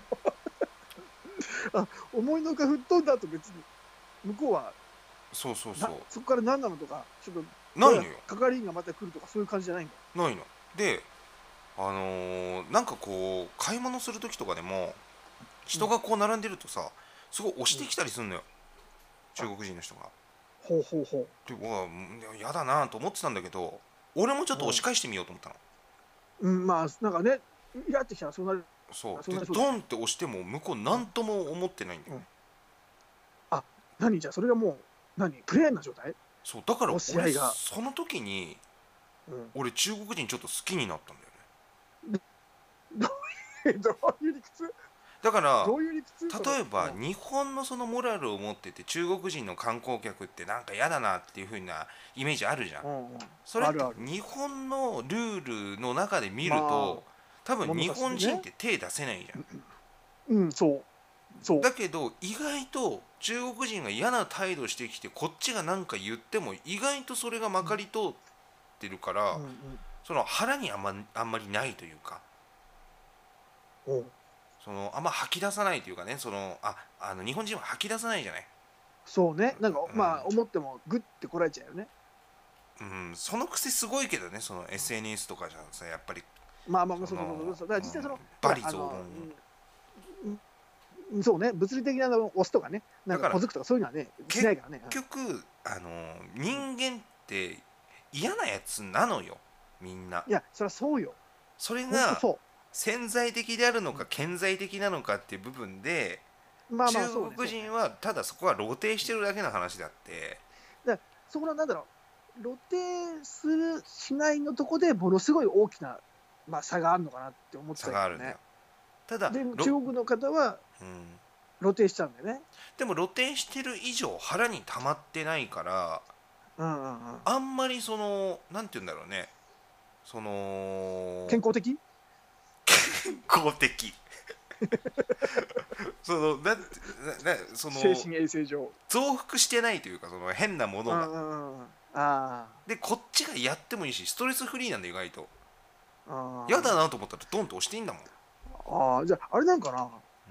思いのほか吹っ飛んだ後別に向こうはそこから何なのとかちょっとないのよ。 係員がまた来るとかそういう感じじゃないんだ。 ないのでなんかこう買い物する時とかでも人がこう並んでるとさ、すごい押してきたりするのよ、中国人の人が。でやだなと思ってたんだけど、俺もちょっと押し返してみようと思ったの。 まあなんかね、イラってきたらそうなる。 そうでドンって押しても向こう何とも思ってないんだよね。 何じゃあそれがもうプレーンな状態？ そうだから俺その時に俺中国人ちょっと好きになったんだよね。 どういう理屈？ だからどういう理屈？ 例えば日本のそのモラルを持ってて中国人の観光客ってなんか嫌だなっていう風なイメージあるじゃん。それって日本のルールの中で見ると多分日本人って手出せないじゃん。 そうだけど意外と中国人が嫌な態度してきてこっちが何か言っても意外とそれがまかり通ってるから、その腹にあんまりないというか、 あんま吐き出さないというかね、日本人は吐き出さないじゃない。 そうね、なんかまあ思ってもグッてこられちゃうよね。 その癖すごいけどね、SNS とかじゃさ、やっぱりまあまあ、そうそうそうそう。だから実際バリ雑言。 そうね、物理的な押すとかね、なんか小づくとかそういうのはね、しないからね。 結局、人間って嫌なやつなのよ、みんな。 いや、そりゃそうよ。 それが潜在的であるのか顕在的なのかっていう部分で、中国人はただそこは露呈してるだけの話であって、 そこのなんだろう、露呈するしないのとこでものすごい大きな、まあ、差があるのかなって思ってたけどね。 ただで中国の方は露呈しちゃうんだよね。 でも露呈してる以上腹に溜まってないから、あんまりなんて言うんだろうね、 健康的公的精神衛生上増幅してないというか、変なものが、でこっちがやってもいいし、ストレスフリーなんで意外と嫌だなと思ったらドンと押していいんだもん。 じゃああれなんかな、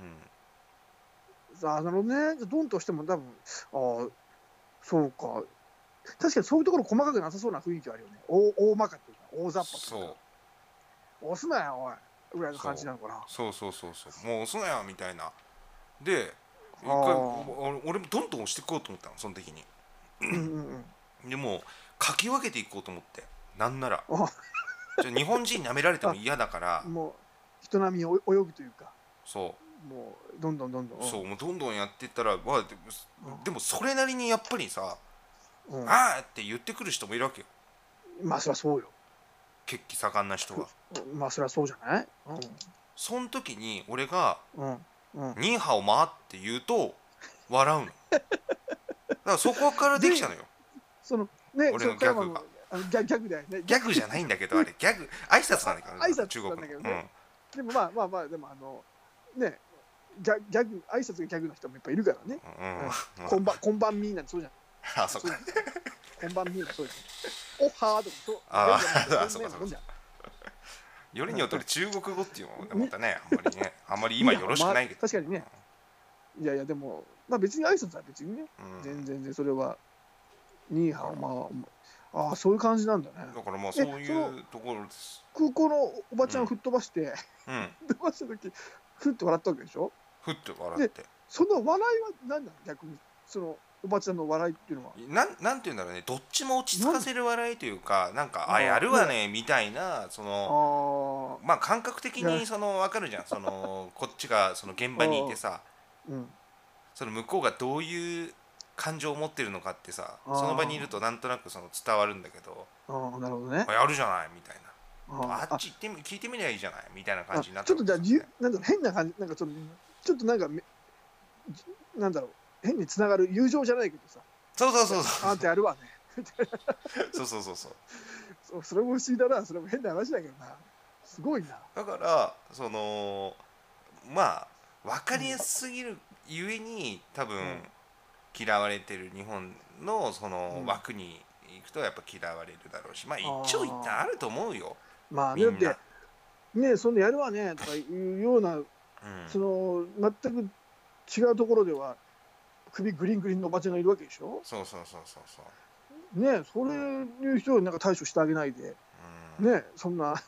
なるほどね。ドンとしても多分そうか、確かにそういうところ細かくなさそうな雰囲気あるよね。大まかっていうか大雑把というか、押すなよおいぐらいの感じなのかな。 そうもう押すなよみたいな。で一回俺もどんどん押していこうと思ったの、その時に。でもかき分けていこうと思って、なんなら日本人舐められても嫌だからもう人並みに泳ぐというか、 もうどんどんもうどんどんやっていったら、でもそれなりにやっぱりさ、あーって言ってくる人もいるわけよ。 まあそりゃそうよ、 血気盛んな人は。 まあそりゃそうじゃない。 その時に俺がニーハオマーって言うと笑うの。だからそこからできたのよ、俺のギャグが。 ギャグだよね。 ギャグじゃないんだけど、あれギャグ挨拶なんだけど、 挨拶なんだけどね。でもまあでもね、ギャグ挨拶がギャグの人もいっぱいいるからね。こんばんみーなんてそうじゃん。 あ、そうか。 こんばんみーなんてそうじゃん。おはーとかそう。あ、 そうか。よりによって中国語っていうのもまたね、あんまり今よろしくないけど。 確かにね。いやでもまあ別に挨拶は別にね、全然それはニーハオまあそういう感じなんだね。 だからまあそういうところです。 空港のおばちゃんを吹っ飛ばして飛ばした時ふって笑ったわけでしょ。 ふって笑って。 その笑いは何なの、逆におばちゃんの笑いっていうのは。 なんていうんだろうね、どっちも落ち着かせる笑いというか、なんかやるわねみたいな、まあ感覚的に分かるじゃん、こっちが現場にいてさ、向こうがどういう感情を持ってるのかってさ、その場にいるとなんとなく伝わるんだけど、 なるほどね、 やるじゃないみたいな、あっち行って聞いてみりゃいいじゃないみたいな感じになって、 ちょっとじゃあなんだろう、変な感じ、なんかちょっとなんかなんだろう、変につながる友情じゃないけどさ、 そうあんたやるわねそうそれも不思議だな。それも変な話だけどな、すごいな。 だからまあ分かりやすすぎるゆえに多分嫌われてる日本の枠に行くとやっぱ嫌われるだろうし、まあ一長一短あると思うよ。 まあだってね、そんなやるわねとかいうような、全く違うところでは首グリングリンのおばちゃんがいるわけでしょ。 そうね、それいう人をなんか対処してあげないで、ね、そんな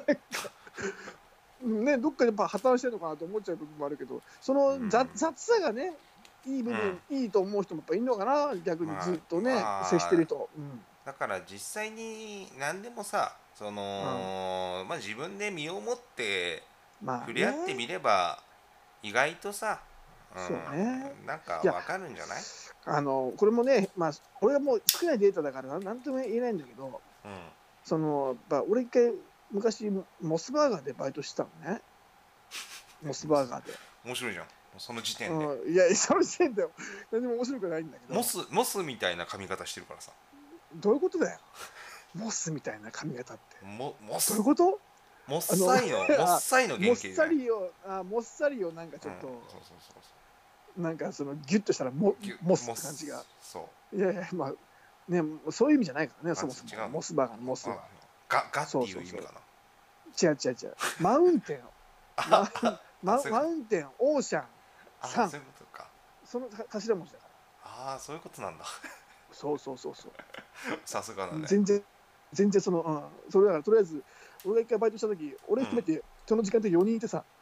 ね、どっかでやっぱ破綻してるのかなと思っちゃう部分もあるけど、その雑さがね、いい部分、いいと思う人もやっぱいるのかな、逆にずっとね、接してると。 だから実際に何でもさ、まあ自分で身をもって触れ合ってみれば意外とさ、なんか分かるんじゃない？ これもね、まあ俺はもう少ないデータだから何とも言えないんだけど、俺一回昔モスバーガーでバイトしてたのね。モスバーガーで。 面白いじゃん、その時点で。 いやその時点で何も面白くないんだけど。 モスみたいな髪型してるからさ。 どういうことだよ、モスみたいな髪型って。 どういうこと？ モッサイの原型。 モッサリをなんかちょっとなんかギュッとしたらモスって感じが。いやまあね、そういう意味じゃないからね、そもそもモスバーガーのモスは。 ガっていう意味かな。 違うマウンテンマウンテン、オーシャン、サン、 そういうことか。 その頭文字だから。 そういうことなんだ。 そうそうそうそう。 さすがだね。 全然その、それだからとりあえず俺が一回バイトした時、俺含めてその時間で4人いてさ、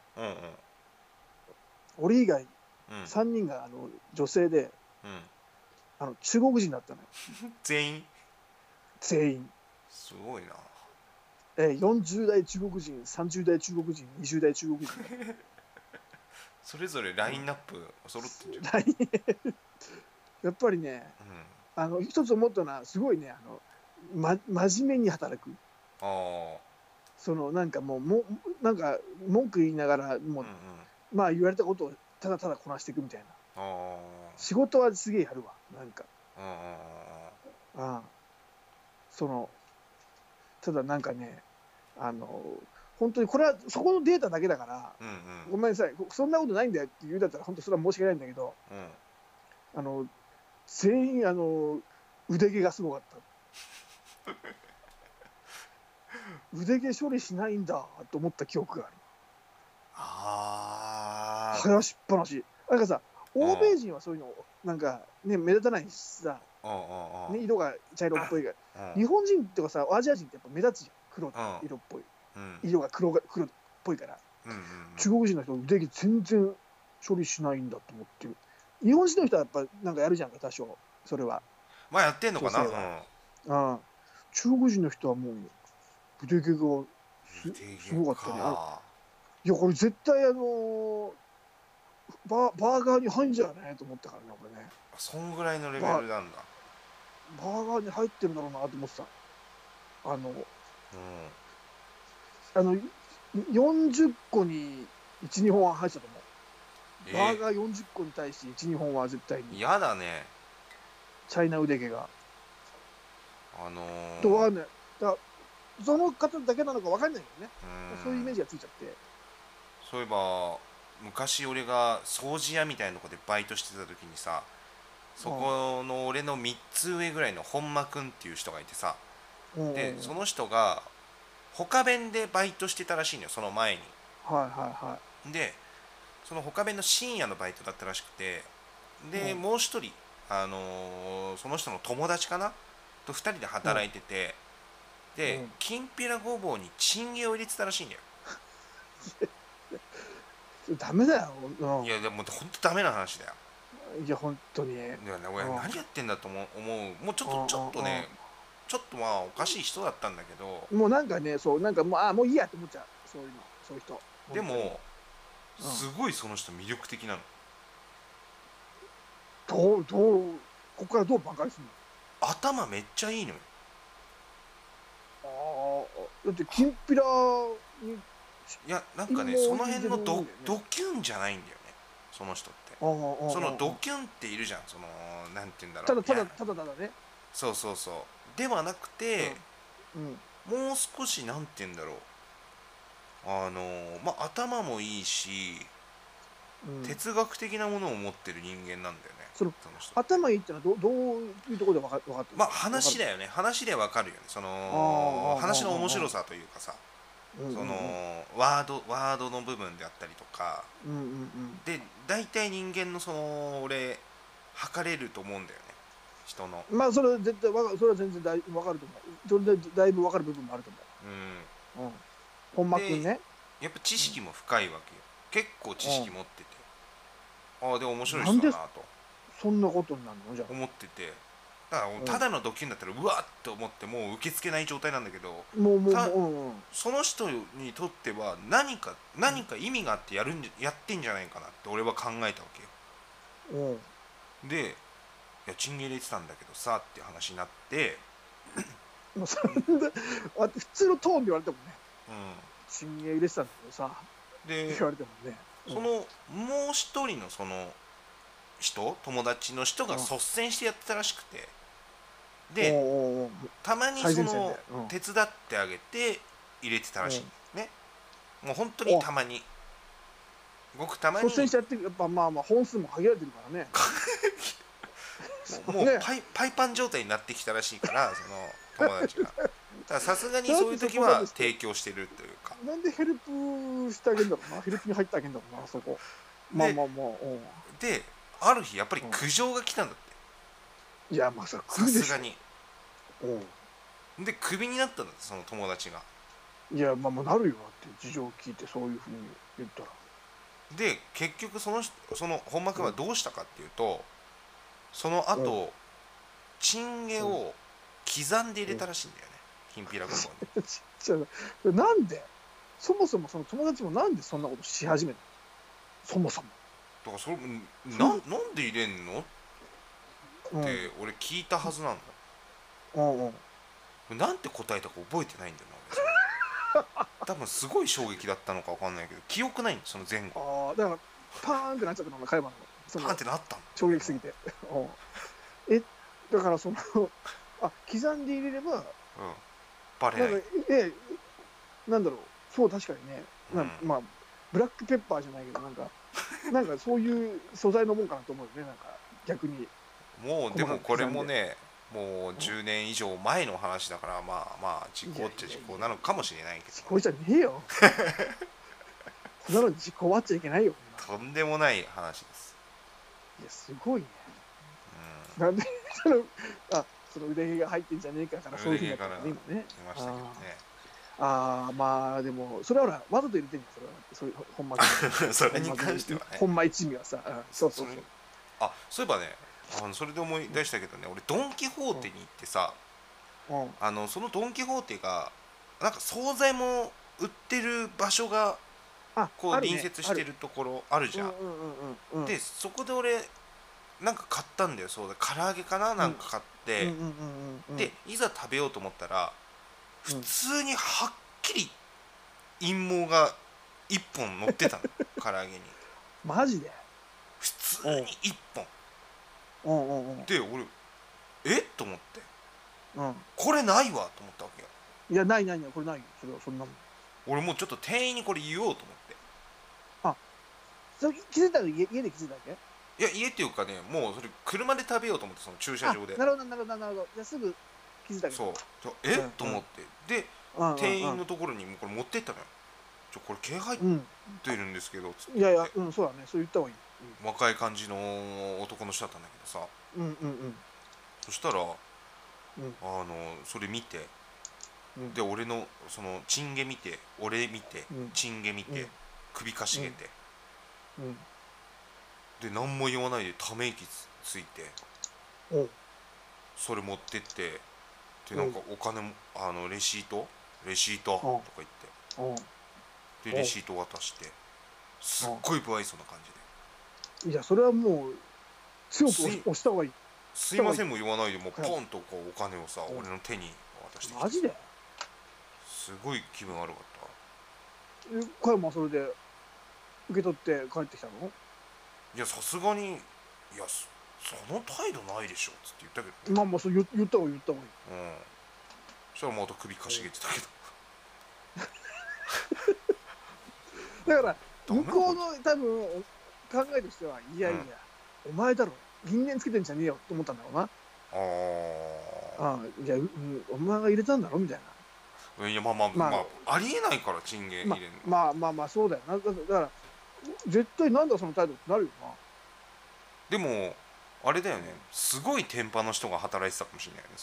俺以外3人が女性で、中国人だったのよ。 全員すごいな。 40代中国人、30代中国人、20代中国人それぞれラインナップ揃ってんじゃん。 やっぱりね、一つ思ったのはすごいね、真面目に働く。そのなんかもうなんか文句言いながらもう、まあ言われたことをただただこなしていくみたいな。仕事はすげえやるわ、なんか。そのただなんかね、本当にこれはそこのデータだけだから、ごめんなさい、そんなことないんだよって言うんだったら本当それは申し訳ないんだけど、全員腕毛がすごかった。腕毛処理しないんだと思った記憶がある。生やしっぱなし。なんかさ、欧米人はそういうのなんかね目立たないしさ、色が茶色っぽいが、日本人とかさアジア人ってやっぱ目立つじゃん、黒色っぽい、色が黒っぽいから、中国人の人腕毛全然処理しないんだと思って、日本人の人はやっぱなんかやるじゃんか、多少それは。 まあやってんのかな。 中国人の人はもう腕毛がすごかったね。いやこれ絶対バーガーに入んじゃねえと思ったからね、これね。 そんぐらいのレベルなんだ。 バーガーに入ってるんだろうなと思ってた。40個に1、2本は入ってたと思う。バーガー40個に対して1、2本は絶対に。 嫌だね。 チャイナ腕毛が。とはね、その方だけなのか分かんないけどね。そういうイメージがついちゃって。 そういえば昔俺が掃除屋みたいなとこでバイトしてた時にさ、そこの俺の3つ上ぐらいの本間くんっていう人がいてさ、でその人が他弁でバイトしてたらしいのよ、その前に。でその他弁の深夜のバイトだったらしくて、でもう一人その人の友達かなと2人で働いてて、できんぴらごぼうにチンゲを入れてたらしいんだよ。 ダメだよ。 いやでも本当ダメな話だよ。 いや本当に。いや俺何やってんだと思う。もうちょっとね、ちょっとまあおかしい人だったんだけど、 もうなんかね、そうなんかもういいやって思っちゃう、そういう人。 でもすごいその人魅力的なの。 ここからどう挽回するの？ 頭めっちゃいいのよ。 だってきんぴらに、 いやなんかね、その辺のドキュンじゃないんだよね、その人って。そのドキュンっているじゃん、そのなんて言うんだろう、 ただね。 そうではなくて、もう少しなんて言うんだろう、まあ頭もいいし、哲学的なものを持ってる人間なんだよね。 その頭いいってのはどういうところで分かってるの？ まあ話だよね、話で分かるよね、その話の面白さというかさ、そのワードの部分であったりとかで、大体人間のその俺測れると思うんだよね、人の。 まあそれは絶対それは全然分かると思う。それでだいぶ分かる部分もあると思う。本間君ね、 やっぱ知識も深いわけよ。結構知識持ってて、で面白い人だなとそんなことになるのじゃ思ってて、だからただのドキュンだったらうわっと思ってもう受け付けない状態なんだけど、その人にとっては何か意味があってやってんじゃないかなって俺は考えたわけよ。で、いやチンゲ入れてたんだけどさっていう話になって、 普通のトーンで言われてもね、チンゲ入れてたんだけどさで言われてもね、 そのもう一人のその友達の人が率先してやってたらしくて、でたまにその手伝ってあげて入れてたらしいね。もう本当にたまに、ごくたまに率先してやってる。やっぱまあ本数も限られてるからねもうパイパン状態になってきたらしいから、その友達がらさすがにそういう時は提供してるというか。 なんでヘルプしてあげるんだろうな、ヘルプに入ってあげるんだろうな、そこ。まあまあまあ。 で、ある日やっぱり苦情が来たんだって。 いや、まあさすがに。で、クビになったんだって、その友達が。 いや、まあもうなるよって事情を聞いて、そういうふうに言ったら。 で、結局その本間君はどうしたかっていうと、その後、チンゲを刻んで入れたらしいんだよね、きんぴらごぼうに。なんでそもそもその友達もなんでそんなことし始めたの、そもそも。 だからそれなんで入れんのって俺聞いたはずなの。なんて答えたか覚えてないんだよな、多分すごい衝撃だったのか分かんないけど、記憶ないんだ、その前後。 だからパーンってなっちゃったのが会話の。 パーンってなったの、 衝撃すぎて。だからその刻んで入れれば、 バレない。 なんだろう、そう確かにね、まあブラックペッパーじゃないけど、なんかそういう素材のもんかなと思うよね、なんか逆に。 もうでもこれもね、もう10年以上前の話だから、まあ時効っちゃ時効なのかもしれないけど。 時効じゃねえよ。そんなの時効割っちゃいけないよ。 とんでもない話です。 いや、すごいね。なんでその腕毛が入ってんじゃねえかから、そういうふうになったね、今ね。 いましたけどね。 まあでもそれはほらわざと入れてんじゃん、それは。そういう本間それに関してはね、 本間一味はさ。そうそういえばね、それで思い出したけどね、俺ドン・キホーテに行ってさ、そのドン・キホーテがなんか惣菜も売ってる場所がこう隣接してるところあるじゃん。でそこで俺なんか買ったんだよ。そうだ、唐揚げかな、なんか買って、でいざ食べようと思ったら普通にはっきり陰毛が1本乗ってたの唐揚げに。 マジで普通に1本で、俺と思って、これないわと思ったわけよ。 いや、ないこれないよ、そんなもん。 俺もうちょっと店員にこれ言おうと思って。 それ気づいたの家で気づいたわけ？ いや、家っていうかね、もうそれ車で食べようと思って、その駐車場で。 なるほど。じゃあすぐ気づいたけど。 そうと思って、で店員のところにもこれ持ってったのよ。これ毛入ってるんですけど、つって。 いやそうだね、そう言った方がいい。 若い感じの男の人だったんだけどさ、そしたらそれ見て、で俺のそのチンゲ見て、俺見て、チンゲ見て、首かしげて、で何も言わないでため息ついて、それ持ってって、でなんかお金もレシートとか言って、でレシート渡して、すっごい不愛想な感じで。 いや、それはもう強く押した方がいい。 すいませんも言わないで、もうポンとこうお金をさ、俺の手に渡してきて。 マジで？ すごい気分悪かった。 彼もそれで受け取って帰ってきたの？ いや、さすがに、いや、その態度ないでしょっつって言ったけど。まあそう言った方がいい。 そしたらまた首かしげてたけど。だから向こうの多分考えとしては、いやお前だろ、因縁つけてんじゃねえよと思ったんだろうな。いや、お前が入れたんだろみたいな。いや、まあありえないから、チンゲ入れるの。まあそうだよな。だから絶対なんだその態度ってなるよな。 でもあれだよね、すごい天パの人が働いてたかもしれないよね、そ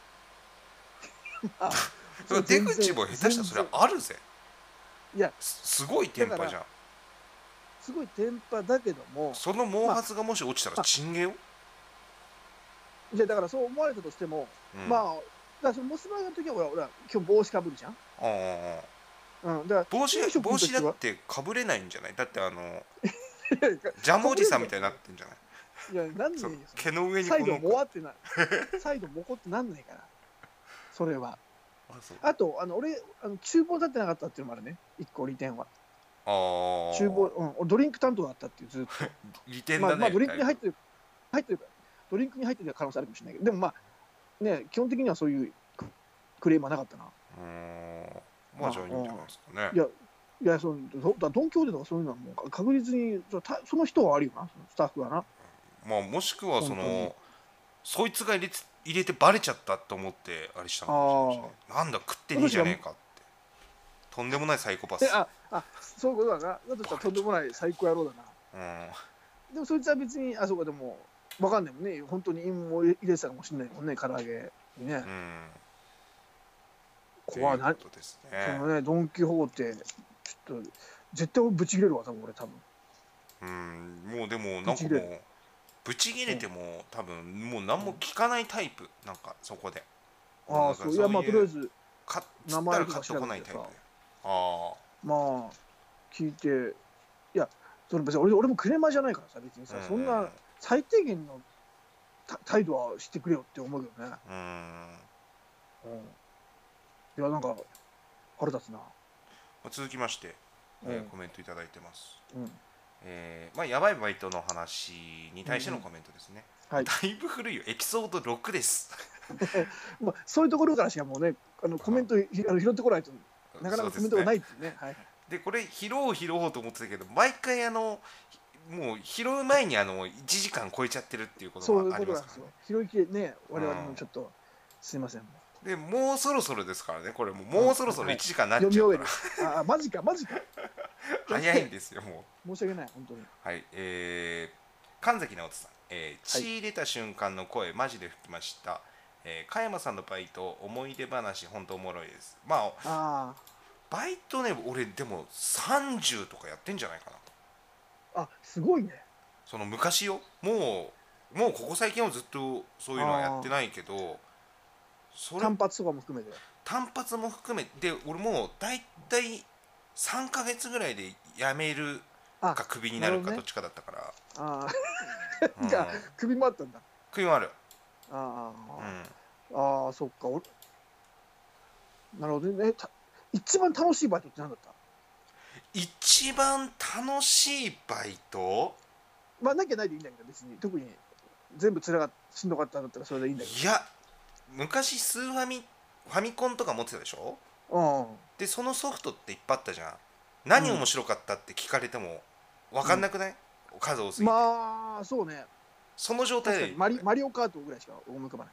こで。出口も下手したらそれあるぜ。 いや、 すごい天パじゃん。 すごい天パだけども、 その毛髪がもし落ちたらチンゲよ。 じゃだからそう思われたとしても、まあだからそのモスバーガーの時は俺は今日帽子かぶるじゃん。 だから帽子だってかぶれないんじゃない？だってジャムおじさんみたいになってんじゃない？ いや、なんで毛の上にサイドもわってない。サイドもこってなんないから。それは。あと俺厨房立ってなかったっていうのもあるね。一個利点は。厨房、ドリンク担当だったっていう、ずっと。 利点だね。 まあドリンクに入ってるドリンクに入ってる可能性あるかもしれないけど、でもまあね、基本的にはそういうクレームはなかったな。 まあじゃあいいんじゃないですかね。 いや、ドン・キホーテとかそういうのはもう確実にその人はあるよな、スタッフはな。 まあもしくはそいつが入れ入れてバレちゃったと思ってあれしたのかもしれないしね。なんだ食ってねえじゃねえかって、とんでもないサイコパス。 そういうことだな。だとしたらとんでもない最高野郎だな。 でもそいつは別にそうかでも分かんないもんね。本当に陰謀入れてたかもしれないもんね、唐揚げにね。怖いな。 そのね、ドン・キホーテちょっと絶対ブチ切れるわ、多分俺多分。もうでもなんかもうブチ切れても多分もう何も聞かないタイプ、なんかそこで。 そういや、まあとりあえず名前とか調べてこないタイプ。 まあ聞いて、いやそれ別に俺もクレマじゃないからさ、別にさ、そんな最低限の態度はしてくれよって思うよね。いやなんか腹立つな。 続きまして、コメントいただいてます。まあやばいバイトの話に対してのコメントですね。だいぶ古いよ、エピソード6です。 まあそういうところからしかもうね、コメント拾ってこないとなかなかコメントがないっていうね。 でこれ拾おうと思ってたけど、毎回もう拾う前に1時間超えちゃってるっていうことがありますからね。 拾いきれね、我々もちょっとすいません。 でもうそろそろですからね、これもうそろそろ1時間になっちゃうから。 マジか早いんですよ、もう。申し訳ない、本当に。 はい、神崎直人さん、血出た瞬間の声マジで吹きました。加山さんのバイト思い出話本当おもろいです。まあバイトね、俺でも30とかやってんじゃないかな。すごいね。 その昔よ、もうここ最近はずっとそういうのはやってないけど、 単発とかも含めて。 単発も含めて、俺もうだいたい3ヶ月ぐらいで辞めるかクビになるかどっちかだったから。 じゃあクビもあったんだ。 クビもある。 そっか。なるほどね。一番楽しいバイトって何だった？ 一番楽しいバイト？ まあなきゃないでいいんだけど、別に特に全部しんどかったんだったらそれでいいんだけど。 いや、昔スーファミコンとか持ってたでしょ。でそのソフトっていっぱいあったじゃん。何面白かったって聞かれても分かんなくない？数多すぎて。 まあそうね。 その状態でマリオカートぐらいしか思い浮かばない。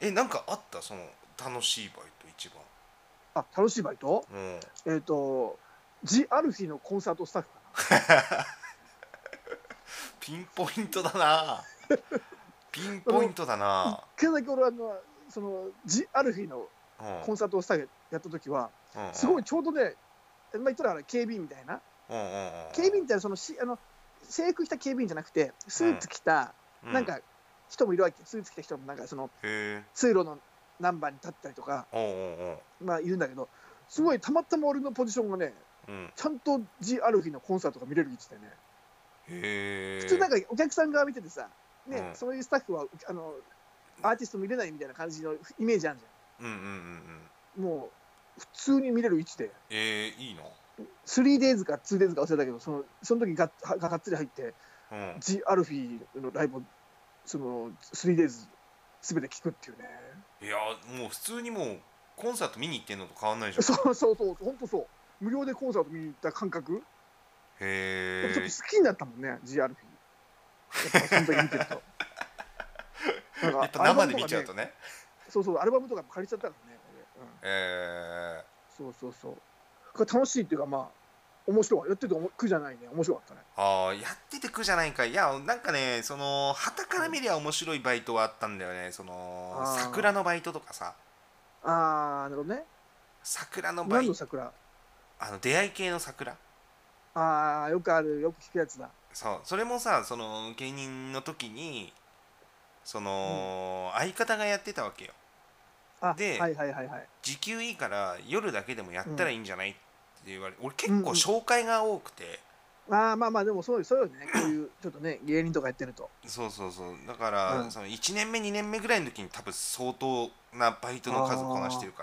なんかあった？その楽しいバイト一番。 楽しいバイト？ジ・アルフィーのコンサートスタッフかな。 ピンポイントだな。ピンポイントだな。 一回だけ俺そのジ・アルフィーのコンサートスタッフやった時は、すごいちょうどね、言ったら警備員みたいな。警備員ってその制服着た警備員じゃなくて、スーツ着たなんか人もいるわけ。スーツ着た人もなんかその通路のナンバーに立ったりとか、まあいるんだけど、すごいたまたま俺のポジションがね、ちゃんとジ・アルフィーのコンサートが見れる位置でね。普通なんかお客さん側見ててさ、ね、そういうスタッフはアーティスト見れないみたいな感じのイメージあるじゃん。もう普通に見れる位置で。 いいの 3days か 2days か忘れたけど、その時がっつり入って、ジ・アルフィーのライブをその 3days 全て聞くっていうね。 いやもう普通にもうコンサート見に行ってんのと変わんないじゃん。 そう本当そう。無料でコンサート見に行った感覚。ちょっと好きになったもんね、ジ・アルフィー。やっぱその時見てると。 やっぱ生で見ちゃうとね。 アルバムとかも借りちゃったからね。そうこれ楽しいっていうか、まあ面白い。やってて苦じゃないね。面白かったね。 やってて苦じゃないか。いやなんかね、その旗から見りゃ面白いバイトはあったんだよね。その桜のバイトとかさ。 なるほどね。 桜のバイト。 何の桜？ 出会い系の桜。 よくある、よく聞くやつだ。 それもさ、その芸人の時にその、相方がやってたわけよ。で、時給いいから夜だけでもやったらいいんじゃないって言われて、俺結構紹介が多くて。 まあでもそうよね。こういうちょっとね芸人とかやってると。 そうだから、その1年目2年目ぐらいの時に多分相当なバイトの数こなしてるから。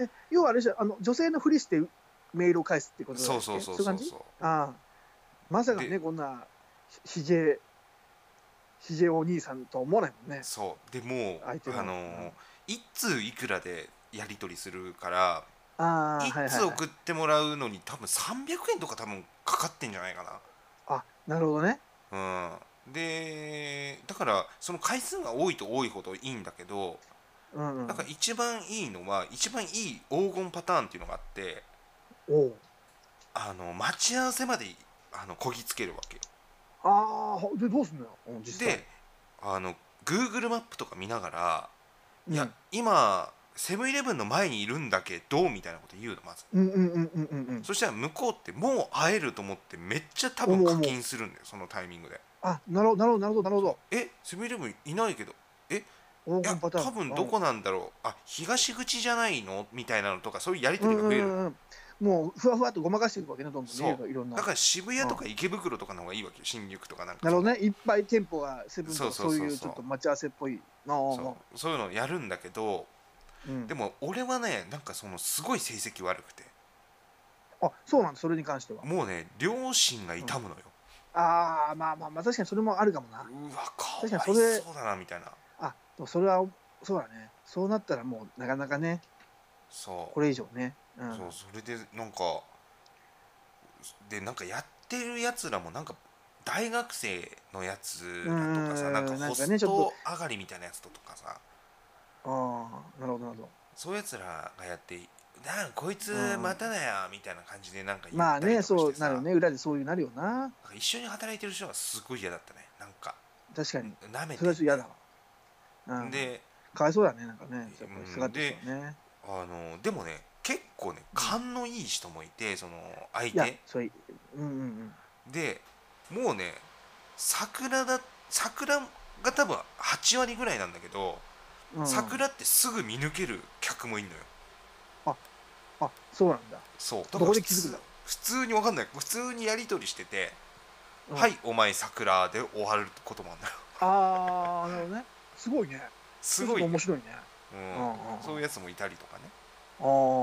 要はあれじゃ女性のふりしてメールを返すってことだっけ？ そうまさかね、こんなひげお兄さんとは思わないもんね。 でも1通いくらでやり取りするから、1通送ってもらうのに多分300円とか多分かかってんじゃないかな。 なるほどね。 でだからその回数が多いと多いほどいいんだけど、 うんうん。 なんか一番いいのは一番いい黄金パターンっていうのがあって、 おう。 待ち合わせまでこぎつけるわけよ。 ああ、で、どうすんのよ、実際。 であの Google マップとか見ながら、いやうん。 今セブンイレブンの前にいるんだけどみたいなこと言うのまず。 うんうんうんうんうんうん。 そしたら向こうってもう会えると思ってめっちゃ多分課思う思う。 金するんだよ、そのタイミングで。 あ、なるほどなるほどなるほどなるほそう、 ど。 セブンイレブンいないけど、い黄や金パターン。 多分どこなんだろう、東口じゃないのみたいなのとか、そういうやりうんう取りが増えるの。 んうんうん。もうふわふわっとごまかしていくわけね、どんどんね、 そいろんな。 うだから渋谷うん。 とか池袋とかの方がいいわけよ、新宿とかなんかその。 なるほどね。いっぱい店舗がセブンとそうかそういうそうそうそう、 ちょっと待ち合わせっぽい。ああ、 そういうのやるんだけど、 うん。 でも俺はねなんかそのすごい成績悪くて、 あ、そうなんだ、それに関しては。 もうね両親がうん。 痛むのよ。 ああ、まあまあまあ、確かにそれもあるかもな。 うわか確かにわいそれ、 そうだなみたいな。 あ、でもそれは、そうだね。そうなったらもうなかなかね、 そこれ以上ね。うん。 そう、それでなんかやってるやつらもなんか大学生のやつうらとかさ、なんかん、なんホかね、ちょっと、 スト上がりみたいなやつとかさ、 ああ、なるほどなるほそういうやつらがやってなんかこいど。うつまん。 ただよみたいな感じでなんか言っまあね、 たりとかしそてさ、 うなるよね。裏でそういうなるよな。 なんか一緒に働いてる人がすごい嫌だったね、なんか確かに。 なめそれてんだよ。 はちょっと嫌だわ。うん。 で、 かわいそうだね、なんかね。やっぱりうん、 下がってる人ではね。 でもね結構ねうん。 勘のいい人もいて、その相いや、 手それ、うんうんで、もうね桜だ桜が多分8割ぐらいなんだけど、 うん。うん。 桜ってすぐ見抜ける客もいるのよ。 あ、あ、そうなんだ。 そうだかどら普通こで気づくんだろ普通に分かんない、普通にやり取りしてて、 う。うん。 はいお前桜で終わることもあるんだよ。 ああ、なるほどね。すごいね。それちょっすごいね。 と面白いね。 ううんうんうん。 ん、そういうやつもいたりとかね。 あ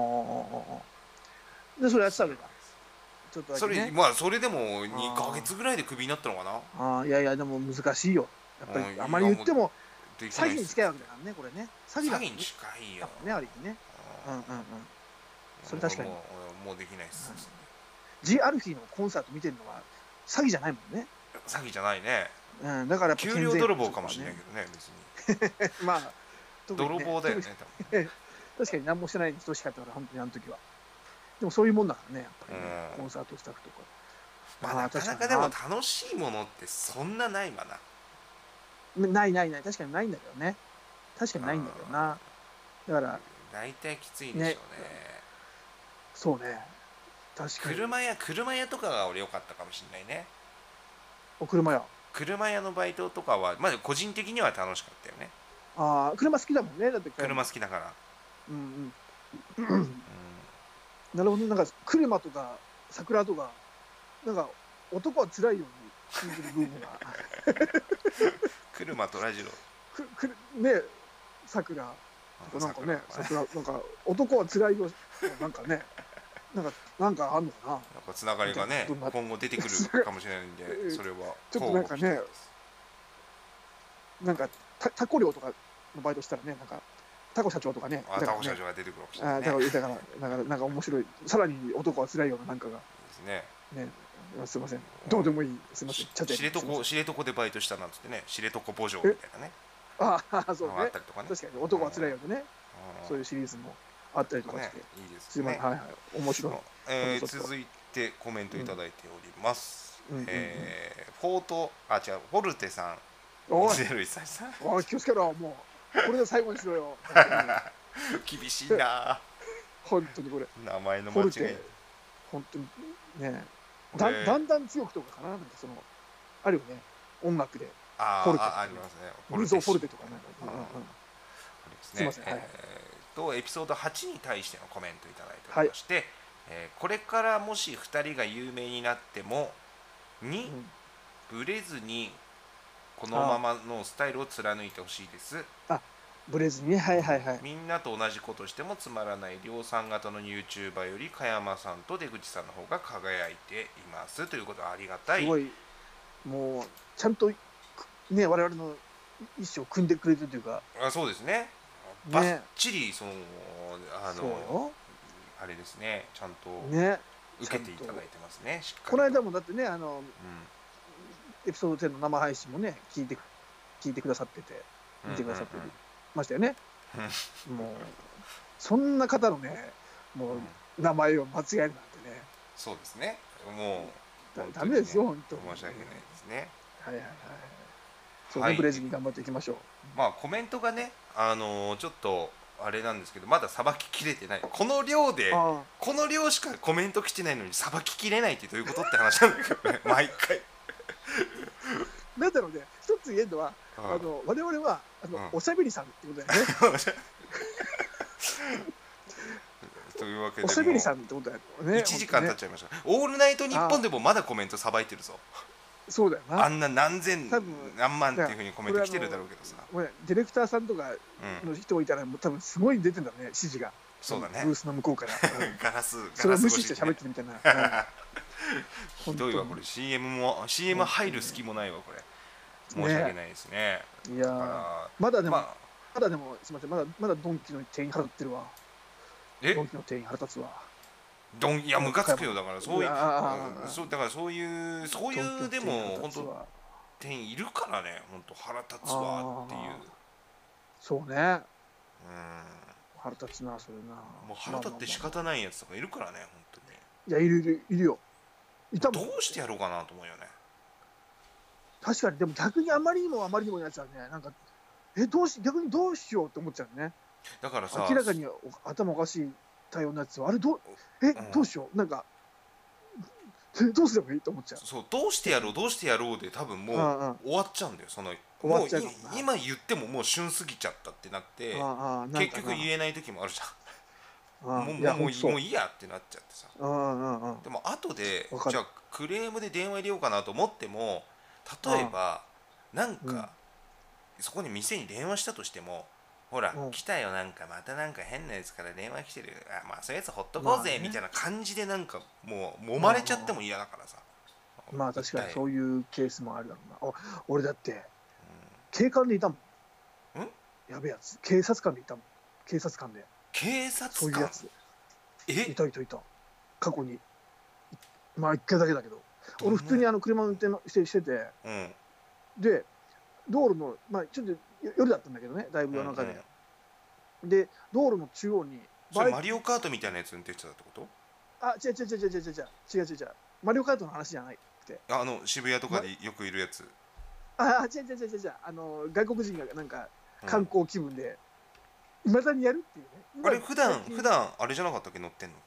あ。で、それやってたわけだ。 するわけです。 ちょっとだけね。 それでも2ヶ月あぐらいでクビになったのかな。 あ。ああ、いやいや、でも難しいよ。やっぱり、あまいやもうり言っても、 でき詐欺に近いないっす。 わけだからね、これね。詐欺詐欺にだもんね。 近いよ。 だもんね、ある意味ね。うんうんうん。それ確かに。 俺もうできないっす。 ジ・アルフィーのコンサート見てるのは詐欺じゃないもんね。 詐欺じゃないね。 うん、だからやっぱ給健全料泥棒かそこはね。 もしれないけどね、別に。 まあ、特に泥ね、 棒だよね、 確かに何もしてないに等しかったから、本当にあの時は。でもそういうもんだからね、やっぱりね、 多分。うん。 コンサートスタッフとか。 まあまあ、 なかなかでも確かにな。 楽しいものってそんなないわな。 ないないない、確かにないんだけどね。確かにないんだけどな。だから、 大体きついでしね、 ょうね。 そうね、確かに。 車屋とかが俺良かったかもしれないね。 お車や。 車屋のバイトとかは、まあ個人的には楽しかったよね。 ああ、車好きだもんね、だって加山。 車好きだから。 うんうん。なるほど、なんか、車とか桜とか、なんか、男は辛いように感じる部分が。 車とラジロね、桜とかなんかね、桜、なんか、男は辛いよ、なんかね、なんかあんのかな、 なんかつながりみたいがねなことになって、 今後出てくるかもしれないんで、それはちょっと交互期待なんかね、 です。 なんか、タコ漁とかのバイトしたらね、なんか、タコ社長とかね、 タコ社長が出てくるかもしれないね。 なんか面白い、さらに男は辛いようななんかが、 ですね。 ね、すいません、どうでもいい、すいません、 知床でバイトしたなんつってね、知床墓場みたいなね、 ああ、そうあっね、 たりとかね。 確かに男は辛いようでね、そういうシリーズもあったりとかね、 して、 いいですすいません、 ね。 はいはい、面白い。 続いてコメントいただいております。 うんうんうん。 フォルテさん、 おい、 01歳さん。 おい、気をつけろ、もう。これで最後にしろよ、本当に。 厳しいな。 本当にこれ。 名前のフォルテ、 間違い。 本当にね、 これだんだん強くとかかな、なんかあるよね、音楽で。フォルテありますね。 ブルーゾーフォルテとかね。 ですね。 すいません、はいはい。 エピソード8に対してのコメントいただいておはい。 りまして、これからもし2人が有名になってもにうん、 ブレずにこのままのスタイルを貫いてほしいです。 ブレずにね、はいはいはい。 みんなと同じことしてもつまらない量産型の YouTuber より加山さんと出口さんの方が輝いていますということはありがたい。 すごい、もう、ちゃんと、ね、我々の意思を組んでくれてるというか、 そうですね。バッね、 チリそうよ。 あれですね、ちゃんとね、 受けていただいてますね、しっかこのりと。 間もだってね、 エピソード10の生配信もね、聞いてくださってて、見てくださってましたよね。もう、そんな方のね、もう、名前を間違えるなんてね。 そうですね。もう、 ダメですよ、本当に。 申し訳ないですね。 はいはいはい。そうね、ブレずに頑張っていきましょう。 まあ、コメントがね、ちょっと、あれなんですけど、まださばききれてない。この量しかコメント来てないのにさばききれないってどういうことって話なんだけどね、毎回。 なんだろうね、一つ言えるのは、我々はおしゃべりさんってことだよね。 というわけで、 おしゃべりさんってことだよね。 1時間経っちゃいました。オールナイトニッポンでもまだコメントさばいてるぞ。 そうだよな。 あんな何千何万っていうふうにコメント来てるだろうけどさ。 ディレクターさんとかの人いたら、多分すごい出てんだね、指示が。 そうだね。 ブースの向こうから。 ガラスそれを無視して喋ってるみたいな。 ひどいわこれ。 CM 入る隙もないわこれ。申し訳ないですね。 いやまだでもすみません、まだドンキの店員払ってるわ。ドンキの店員腹立つわ。 いやムカつくよ。だからそういうでも本当店員いるからね、本当腹立つわっていう。 そうね。腹立つな、それな。 もう腹立って仕方ないやつとかいるからね、本当に。 いや、いるよ。 どうしてやろうかなと思うよね。 確かに。でも逆にあまりにものやつはね、なんか逆にどうしようって思っちゃうね。 だからさ、 明らかに頭おかしい対応のやつはあれどうしよう、なんかどうすればいいと思っちゃう。 そう、どうしてやろうで多分もう終わっちゃうんだよ。もう今言ってももう旬過ぎちゃったってなって結局言えない時もあるじゃん。もういいやってなっちゃってさ。でも後でじゃあクレームで電話入れようかなと思っても、例えばなんかそこに店に電話したとしても、ほら来たよ、なんかまたなんか変なやつから電話来てる、まあそういうやつほっとこうぜみたいな感じでなんかもう揉まれちゃっても嫌だからさ。 まあ確かにそういうケースもあるだろうな。俺だって警官でいたもん。やべえやつ、警察官でいたもん。警察官でそういうやついた。過去にまあ1回だけだけど、俺普通に車運転してて、で道路のちょっと夜だったんだけどね、だいぶ夜中で。で道路の中央にそれマリオカートみたいなやつ運転してたってこと？ 違う。マリオカートの話じゃないって。 渋谷とかでよくいるやつ。 違う。外国人がなんか観光気分でいまだにやるっていうね。 あれ普段あれじゃなかったっけ、乗ってんのって。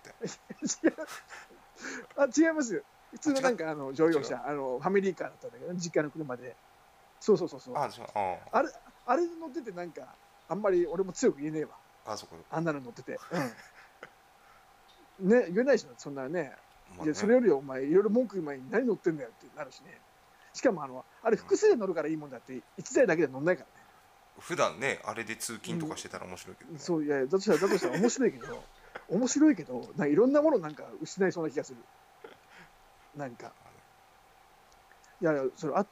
違います。普通のなんか乗用車、ファミリーカーだったんだけど、実家の車で。そう。あれ乗ってて、なんかあんまり俺も強く言えねえわ。あんなの乗ってて。ね、言えないでしょ、そんなね。いや、それよりお前いろいろ文句言う前に何乗ってんだよってなるしね。しかもあれ複数で乗るからいいもんだって、1台だけで乗んないからね。 普段ね、あれで通勤とかしてたら面白いけどね。 そう、いや、だとしたら面白いけど、なんかいろんなものなんか失いそうな気がする。なんか。いや、それあった。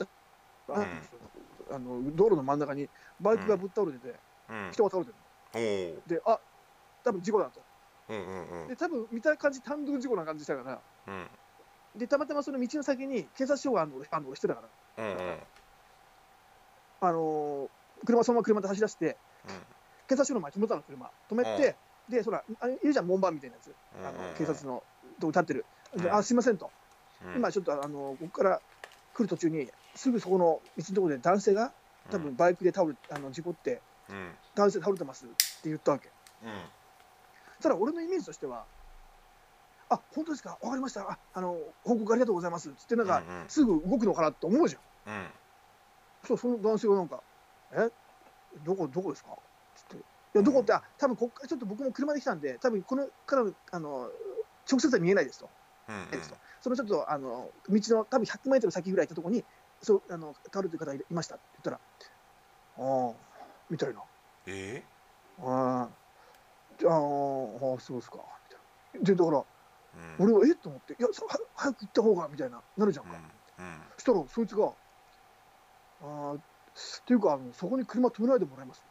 道路の真ん中にバイクがぶっ倒れてて、人が倒れてるの。で、多分事故だと。で、多分見た感じ単独事故な感じしたから、で、たまたまその道の先に警察署が俺してたから、そのまま車で走らせて、警察署の前に止めたの、車。止めて、で、いるじゃん、門番みたいなやつ。警察のとこ立ってる。すいませんと。今ちょっとここから来る途中に、すぐそこの道のところで男性が多分バイクで事故って、男性倒れてますって言ったわけ。ただ俺のイメージとしては、本当ですか、分かりました、報告ありがとうございますっつって、なんかすぐ動くのかなって思うじゃん。その男性がなんか、どこですかっつって、いや、どこって、多分ここからちょっと僕も車で来たんで、多分このから直接は見えないですと。そのちょっと道の多分100メートル先ぐらい行ったところに倒れてる方いましたって言ったら、みたいな。そうですかみたいな。でだから、俺はと思って、いや早く行った方がみたいななるじゃんか。そしたらそいつがっていうかそこに車止めないでもらいます。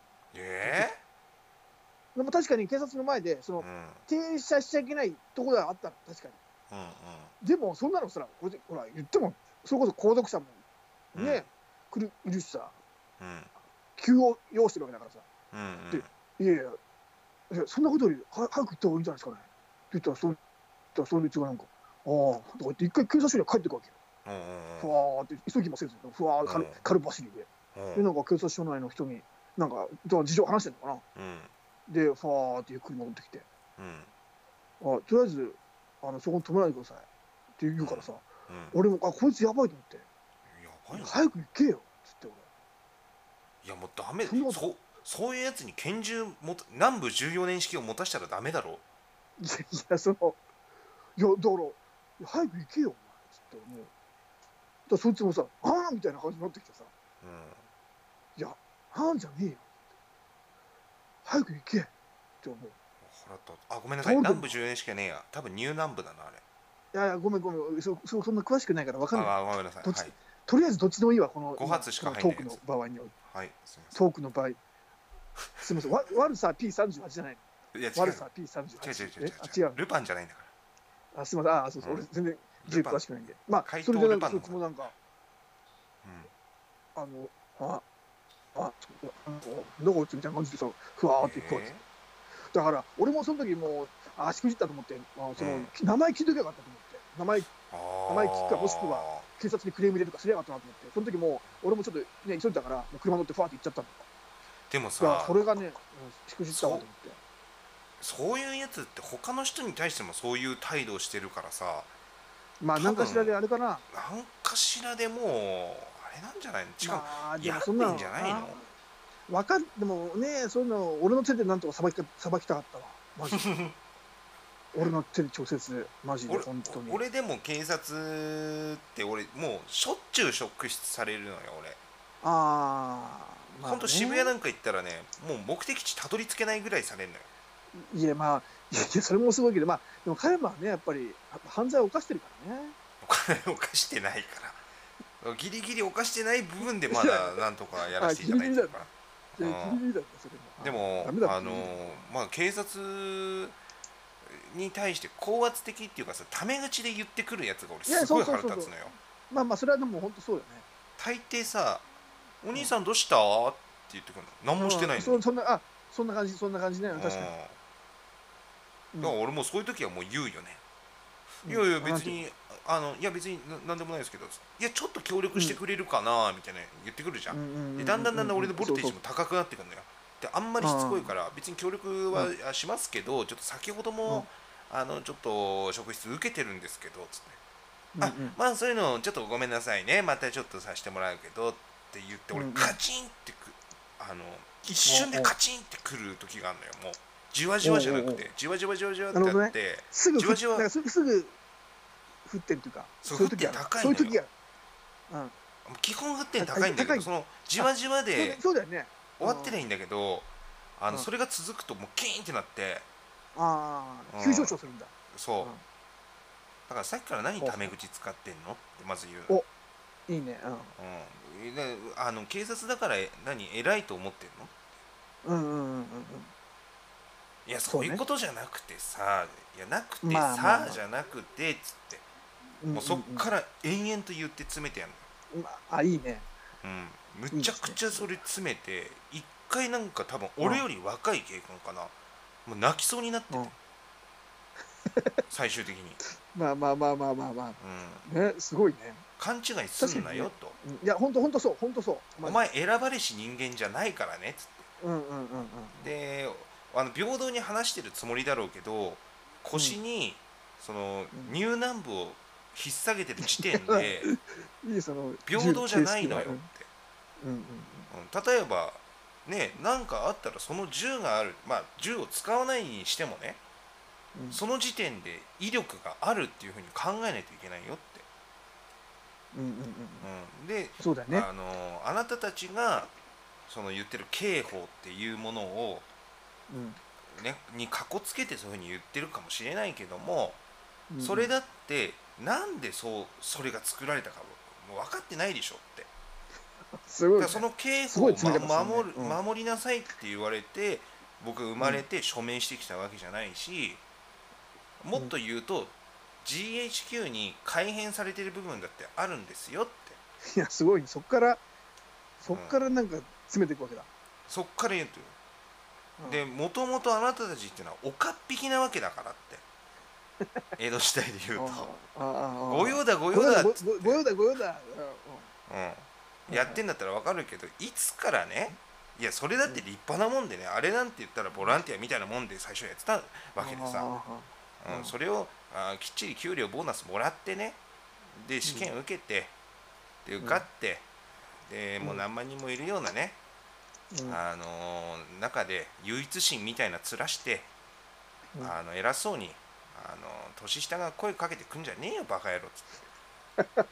でも確かに警察の前で停車しちゃいけないところではあったの、確かに。でもそんなのさ、ほら言ってもそれこそ後続車もね、いるしさ、 うん急を要してるわけだからさ。 うんで、いやいや、そんなことより早く行った方がいいんじゃないですかね。って言ったら、それでなんか、ああ、とか言って、一回警察署に帰ってくわけよ。ふわーって、急ぎもせず、ふわー軽走りで。で、なんか警察署内の人に、なんか、事情話してんのかな。で、ふわーってゆっくり戻ってきて、とりあえず、そこに止めないでくださいって言うからさ、俺も、こいつやばいと思って、早く行けよっつって俺。 いやもうダメ、そういうやつに拳銃南部14年式を持たしたらダメだろ。 いや、だから、早く行けよ、お前っつって、もう。そいつもさ、あーみたいな感じになってきてさ、いや、あーんじゃねえよ。早く行けって思う。 ごめんなさい、南部14年式はねえや。多分ニュー南部だな、あれ。 いやいや、ごめん、そんな詳しくないから分かんない。 ごめんなさい。 とりあえずどっちでもいいわ、この 5発しか入トークの場合に。 はい、 トークの場合。すみません、悪さ P38 じゃないの。 いや、 悪さ P38。 違う。ルパンじゃないんだから。すみません、俺全然銃詳しくないんで。まあ、それでなんかそいつもなんか、どこ打つみたいな感じでさ、ふわーっていくわけ。だから、俺もその時もう、しくじったと思って、名前聞いとけばよかったと思って。名前聞くか、もしくは警察にクレーム入れるかすればよかったなと思って、その時も俺もちょっとね、急いだから、車乗ってファーって行っちゃったの。 でもさ、 それがね、しくじったわと思って。 そういうやつって他の人に対してもそういう態度をしてるからさ、 まあ何かしらであれかな。 何かしらでもうあれなんじゃないの。しかもやってんじゃないの。 でもね、そういうの俺の手でなんとかさばきたかったわ、マジで。俺の手で直接、マジで本当に。 俺でも警察って俺もうしょっちゅう職質されるのよ俺。本当渋谷なんか行ったらね、もう目的地たどり着けないぐらいされるのよ。 いやまあ、それもすごいけど、まあでも彼はね、やっぱり犯罪を犯してるからね。 犯してないから、ギリギリ犯してない部分でまだなんとかやらせていただいてるから。でもまあ警察に対して高圧的っていうかさ、タメ口で言ってくるやつが俺すごい腹立つのよ。 まあそれはでも本当そうよね。 大抵さ、お兄さんどうしたって言ってくるの。何もしてないのに。 そんな感じね、確かに。 だから俺もそういう時はもう言うよね。いやいや別にいや別に何でもないですけど、いやちょっと協力してくれるかなみたいな言ってくるじゃん。でだんだん俺のボルテージも高くなってくるのよ。であんまりしつこいから別に協力はしますけど、ちょっと先ほどもちょっと職質受けてるんですけどつって、まあそういうのちょっとごめんなさいね、またちょっとさせてもらうけどって言って俺カチンって一瞬でカチンってくる時があるのよ。もうじわじわじゃなくて、じわじわってやってすぐ降ってるっていうか、 そういう時は高いのよ。基本沸点高いんだけど、そのじわじわで終わってないんだけど、それが続くともうキーンってなって、 急上昇するんだ。 そう。だからさっきから何タメ口使ってんのってまず言うの。 いいね。 警察だから何偉いと思ってんの。いやそういうことじゃなくてさ、じゃなくてっつって、もうそっから延々と言って詰めてやんの。 いいね。 むちゃくちゃそれ詰めて、一回なんか多分俺より若い警官かな、もう泣きそうになってて、最終的にまあね、すごいね。 勘違いすんなよと。 いや本当そう。 お前選ばれし人間じゃないからねっつって。で平等に話してるつもりだろうけど、腰にそのニュー南部を引っ提げてる時点で平等じゃないのよって。例えばね、何かあったらその銃がある、まあ銃を使わないにしてもね、その時点で威力があるっていうふうに考えないといけないよって。で、あなたたちがその言ってる刑法っていうものをにかこつけてそういうふうに言ってるかもしれないけども、それだってなんでそれが作られたかもう分かってないでしょって。 すごいね。 その刑法を守りなさいって言われて僕生まれて署名してきたわけじゃないし、もっと言うと GHQ に改変されてる部分だってあるんですよって。 いや、すごいね。そっからなんか詰めていくわけだ。 そっから言うとよ。 うん、 で、もともとあなたたちっていうのはおかっぴきなわけだからって。江戸時代で言うと。御用だ御用だっつって。 御用だ御用だ。 うん。やってんだったらわかるけど、いつからね、いや、それだって立派なもんでね、あれなんて言ったらボランティアみたいなもんで最初やってたわけでさ、それをきっちり給料ボーナスもらってね、で試験受けて、で受かって、でもう何万人もいるようなね、中で唯一心みたいな面して、偉そうに年下が声かけてくんじゃねえよバカ野郎っつって。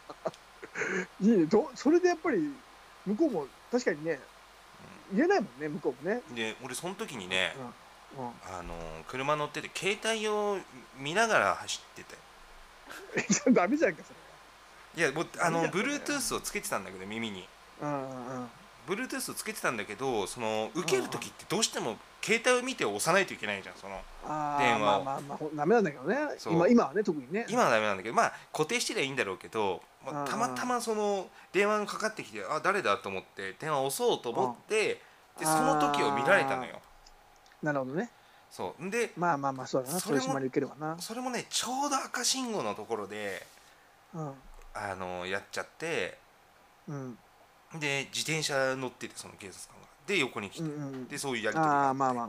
いいね。それでやっぱり向こうも確かにね、言えないもんね、向こうもね。 で、俺その時にね、車乗ってて携帯を見ながら走ってて。 ダメじゃんかそれは。いやもうBluetooth をつけてたんだけど、耳に。Bluetooth をつけてたんだけど、その受ける時ってどうしても携帯を見て押さないといけないじゃん、その電話を。 まあダメなんだけどね。今はね、特にね。 今はダメなんだけど、まあ固定してりゃいいんだろうけど、たまたまその電話がかかってきて、あ、誰だと思って電話を押そうと思って、でその時を見られたのよ。 なるほどね。 そうで、 まあそうだな。それも受けるわな。 それもね、ちょうど赤信号のところで、やっちゃって、で自転車乗ってて、その警察官がで横に来て、でそういうやり取りがあって、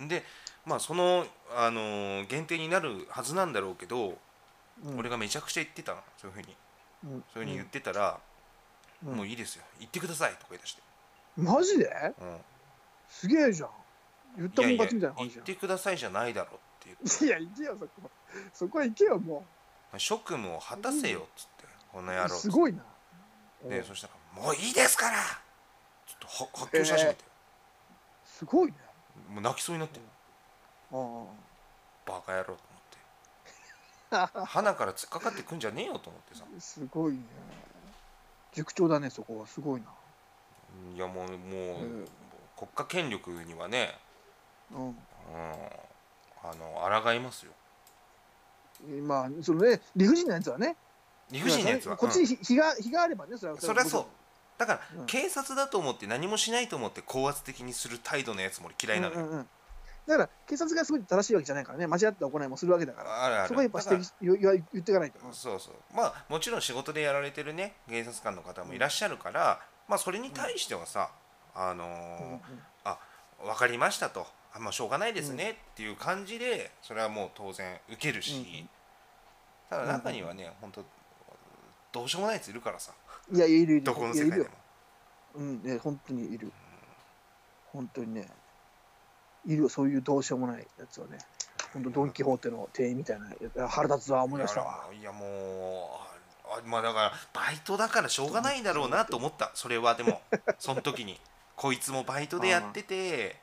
でまあその限定になるはずなんだろうけど、俺がめちゃくちゃ言ってたの、そういうふうに、そういうふうに言ってたら、もういいですよ、言ってくださいとか言い出して。 マジで？すげえじゃん。言ったもん勝ちみたいな感じじゃん。言ってくださいじゃないだろって言って。 いや、行けよ、そこは行けよ、もう職務を果たせよっつって、この野郎。 すごいな。 でそしたら、もういいですからちょっと発狂し始めて、 すごいね。 もう泣きそうになって、バカ野郎と思って、鼻から突っかかってくんじゃねえよと思ってさ。 すごいね。塾長だね、そこは。すごいな。 いやもう国家権力にはね、抗いますよ。 まあそのね、理不尽なやつはね、 理不尽なやつはこっちに非があればね、 それはそう。だから、警察だと思って何もしないと思って高圧的にする態度のやつも嫌いなのよ。 だから警察がすごい正しいわけじゃないからね、間違った行いもするわけだから、そこはやっぱ言っていかないと。 そうそう、まあもちろん仕事でやられてるね警察官の方もいらっしゃるから、まあそれに対してはさ、分かりましたと、まあしょうがないですねっていう感じで、それはもう当然受けるし、ただ中にはね、本当どうしようもないやついるからさ。 いや、いるどこの世界でも。本当にいる。本当にね、いるよ、そういうどうしようもないやつはね。本当ドン・キホーテの店員みたいな、腹立つわ、思い出したわ。 いやもう、まあだからバイトだからしょうがないだろうなと思った、それは。でもその時にこいつもバイトでやってて、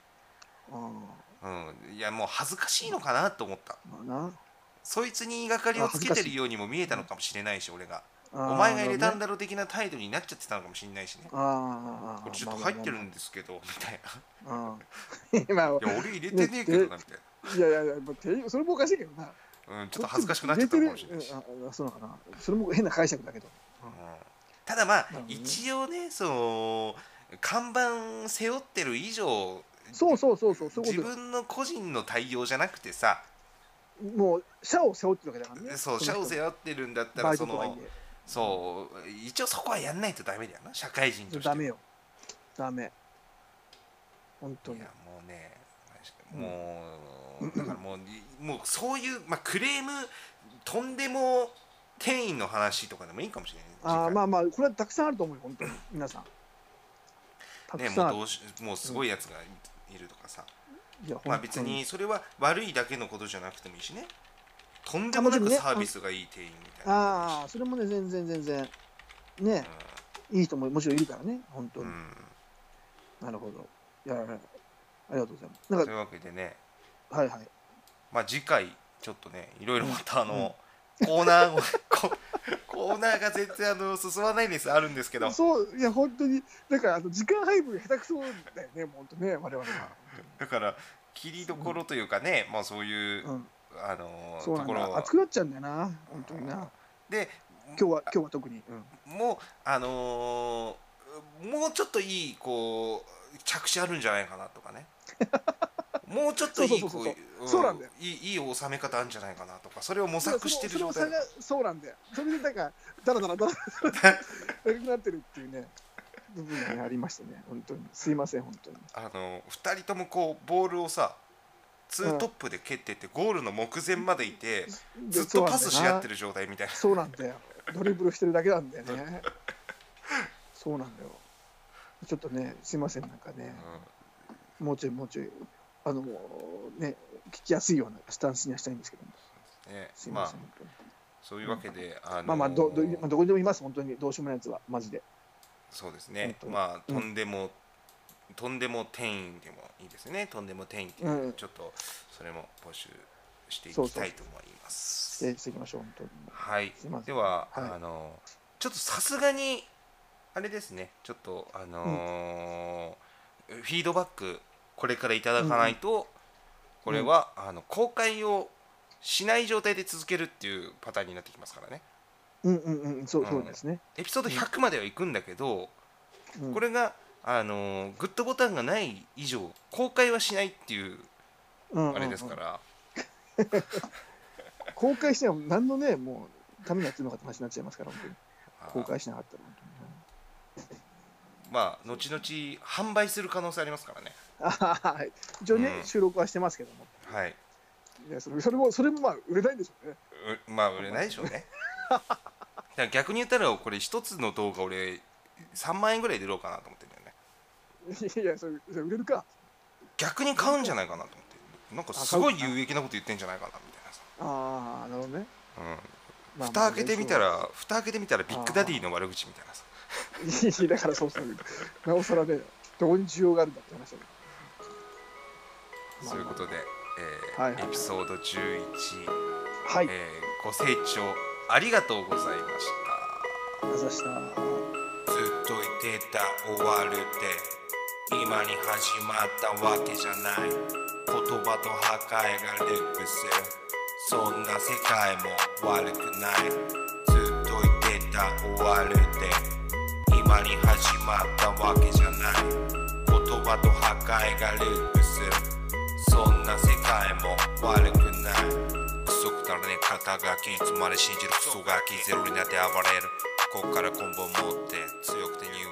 いやもう恥ずかしいのかなと思った。そいつに言いがかりをつけてるようにも見えたのかもしれないし、俺がお前が入れたんだろう的な態度になっちゃってたのかもしれないしね。これちょっと入ってるんですけどみたいな。いや俺入れてねえけどなみたいな。 いやそれもおかしいけどな。 ちょっと恥ずかしくなっちゃったかもしれないし。 そうなのかな。それも変な解釈だけど。 ただまあ一応ね、その看板背負ってる以上、 そう自分の個人の対応じゃなくてさ、 もう社を背負ってるわけだからね。 そう、社を背負ってるんだったら、そう一応そこはやんないとダメだよな、社会人として。 ダメよ、ダメ、本当に。 いやもうね、もうだからもうそういう、まあ、クレームとんでも店員の話とかでもいいかもしれない。 まあこれはたくさんあると思うよ、本当に皆さん。 ね、もうすごいやつがいるとかさ、まあ別にそれは悪いだけのことじゃなくてもいいしね、とんでもなくサービスがいい店員みたいな。 それもね、全然ね、いい人ももちろんいるからね、本当に。なるほど。いや、ありがとうございます。 というわけでね、 まあ次回ちょっとね、いろいろまたコーナーが全然進まないんです、あるんですけど。 そう、いや本当にだから時間配分が下手くそだよね、本当ね、我々は。 だから切りどころというかね、まあそういうところ熱くなっちゃうんだよな、本当にな。 で今日は特に、 もうちょっといいこう着地あるんじゃないかなとかねもうちょっといいそうなんだよ、 いい収め方あるんじゃないかなとか、それを模索してる状態。 そうなんだよ。それでなんかダラダラ長くなってるっていうね部分が、ね、ありましたね。本当にすいません。本当に 2人ともこうボールをさ2トップで蹴ってて、ゴールの目前までいてずっとパスし合ってる状態みたいな。 そうなんだよ。ドリブルしてるだけなんだよねそうなんだよ。ちょっとね、すいません、なんかね、もうちょいね、聞きやすいようなスタンスにはしたいんですけども、すいません、 そういうわけで、 どこにでもいます、本当にどうしようもないやつはマジで。 そうですね。とんでも店員でもいいですね。とんでも店員っていう、ちょっとそれも募集していきたいと思います。 していきましょう、本当に。 はい。では、ちょっとさすがにあれですね。ちょっとフィードバックこれからいただかないと、これは公開をしない状態で続けるっていうパターンになってきますからね。 そうですね。 エピソード100までは行くんだけど、これがグッドボタンがない以上公開はしないっていうあれですから、 公開しても何のね、もうためにやってるのかって話になっちゃいますから、本当に公開しなかったら本当に。 まあ後々販売する可能性ありますからね。 一応ね、収録はしてますけども。 はい。 いや、それもまあ売れないんでしょうね。 まあ売れないでしょうね。逆に言ったらこれ一つの動画俺3万円ぐらいで売ろうかなと思ってるんだよね。 いや、それ売れるか。 逆に買うんじゃないかなと思って、なんかすごい有益なこと言ってんじゃないかなみたいなさ。 なるほどね。 蓋開けてみたらビッグダディの悪口みたいなさ。 だからそうなおさらね、どこに需要があるんだって話だね。 そういうことで、エピソード11、ご清聴ありがとうございました。ずっと言ってた終わるって今に始まったわけじゃない。言葉と破壊がループする、そんな世界も悪くない。ずっと言ってた終わるって今に始まったわけじゃない。言葉と破壊がループする、そんな世界も悪くない。クソくだらねえ肩書きいつまで信じるクソガキゼロになって暴れる。こっからコンボ持って強くてニュー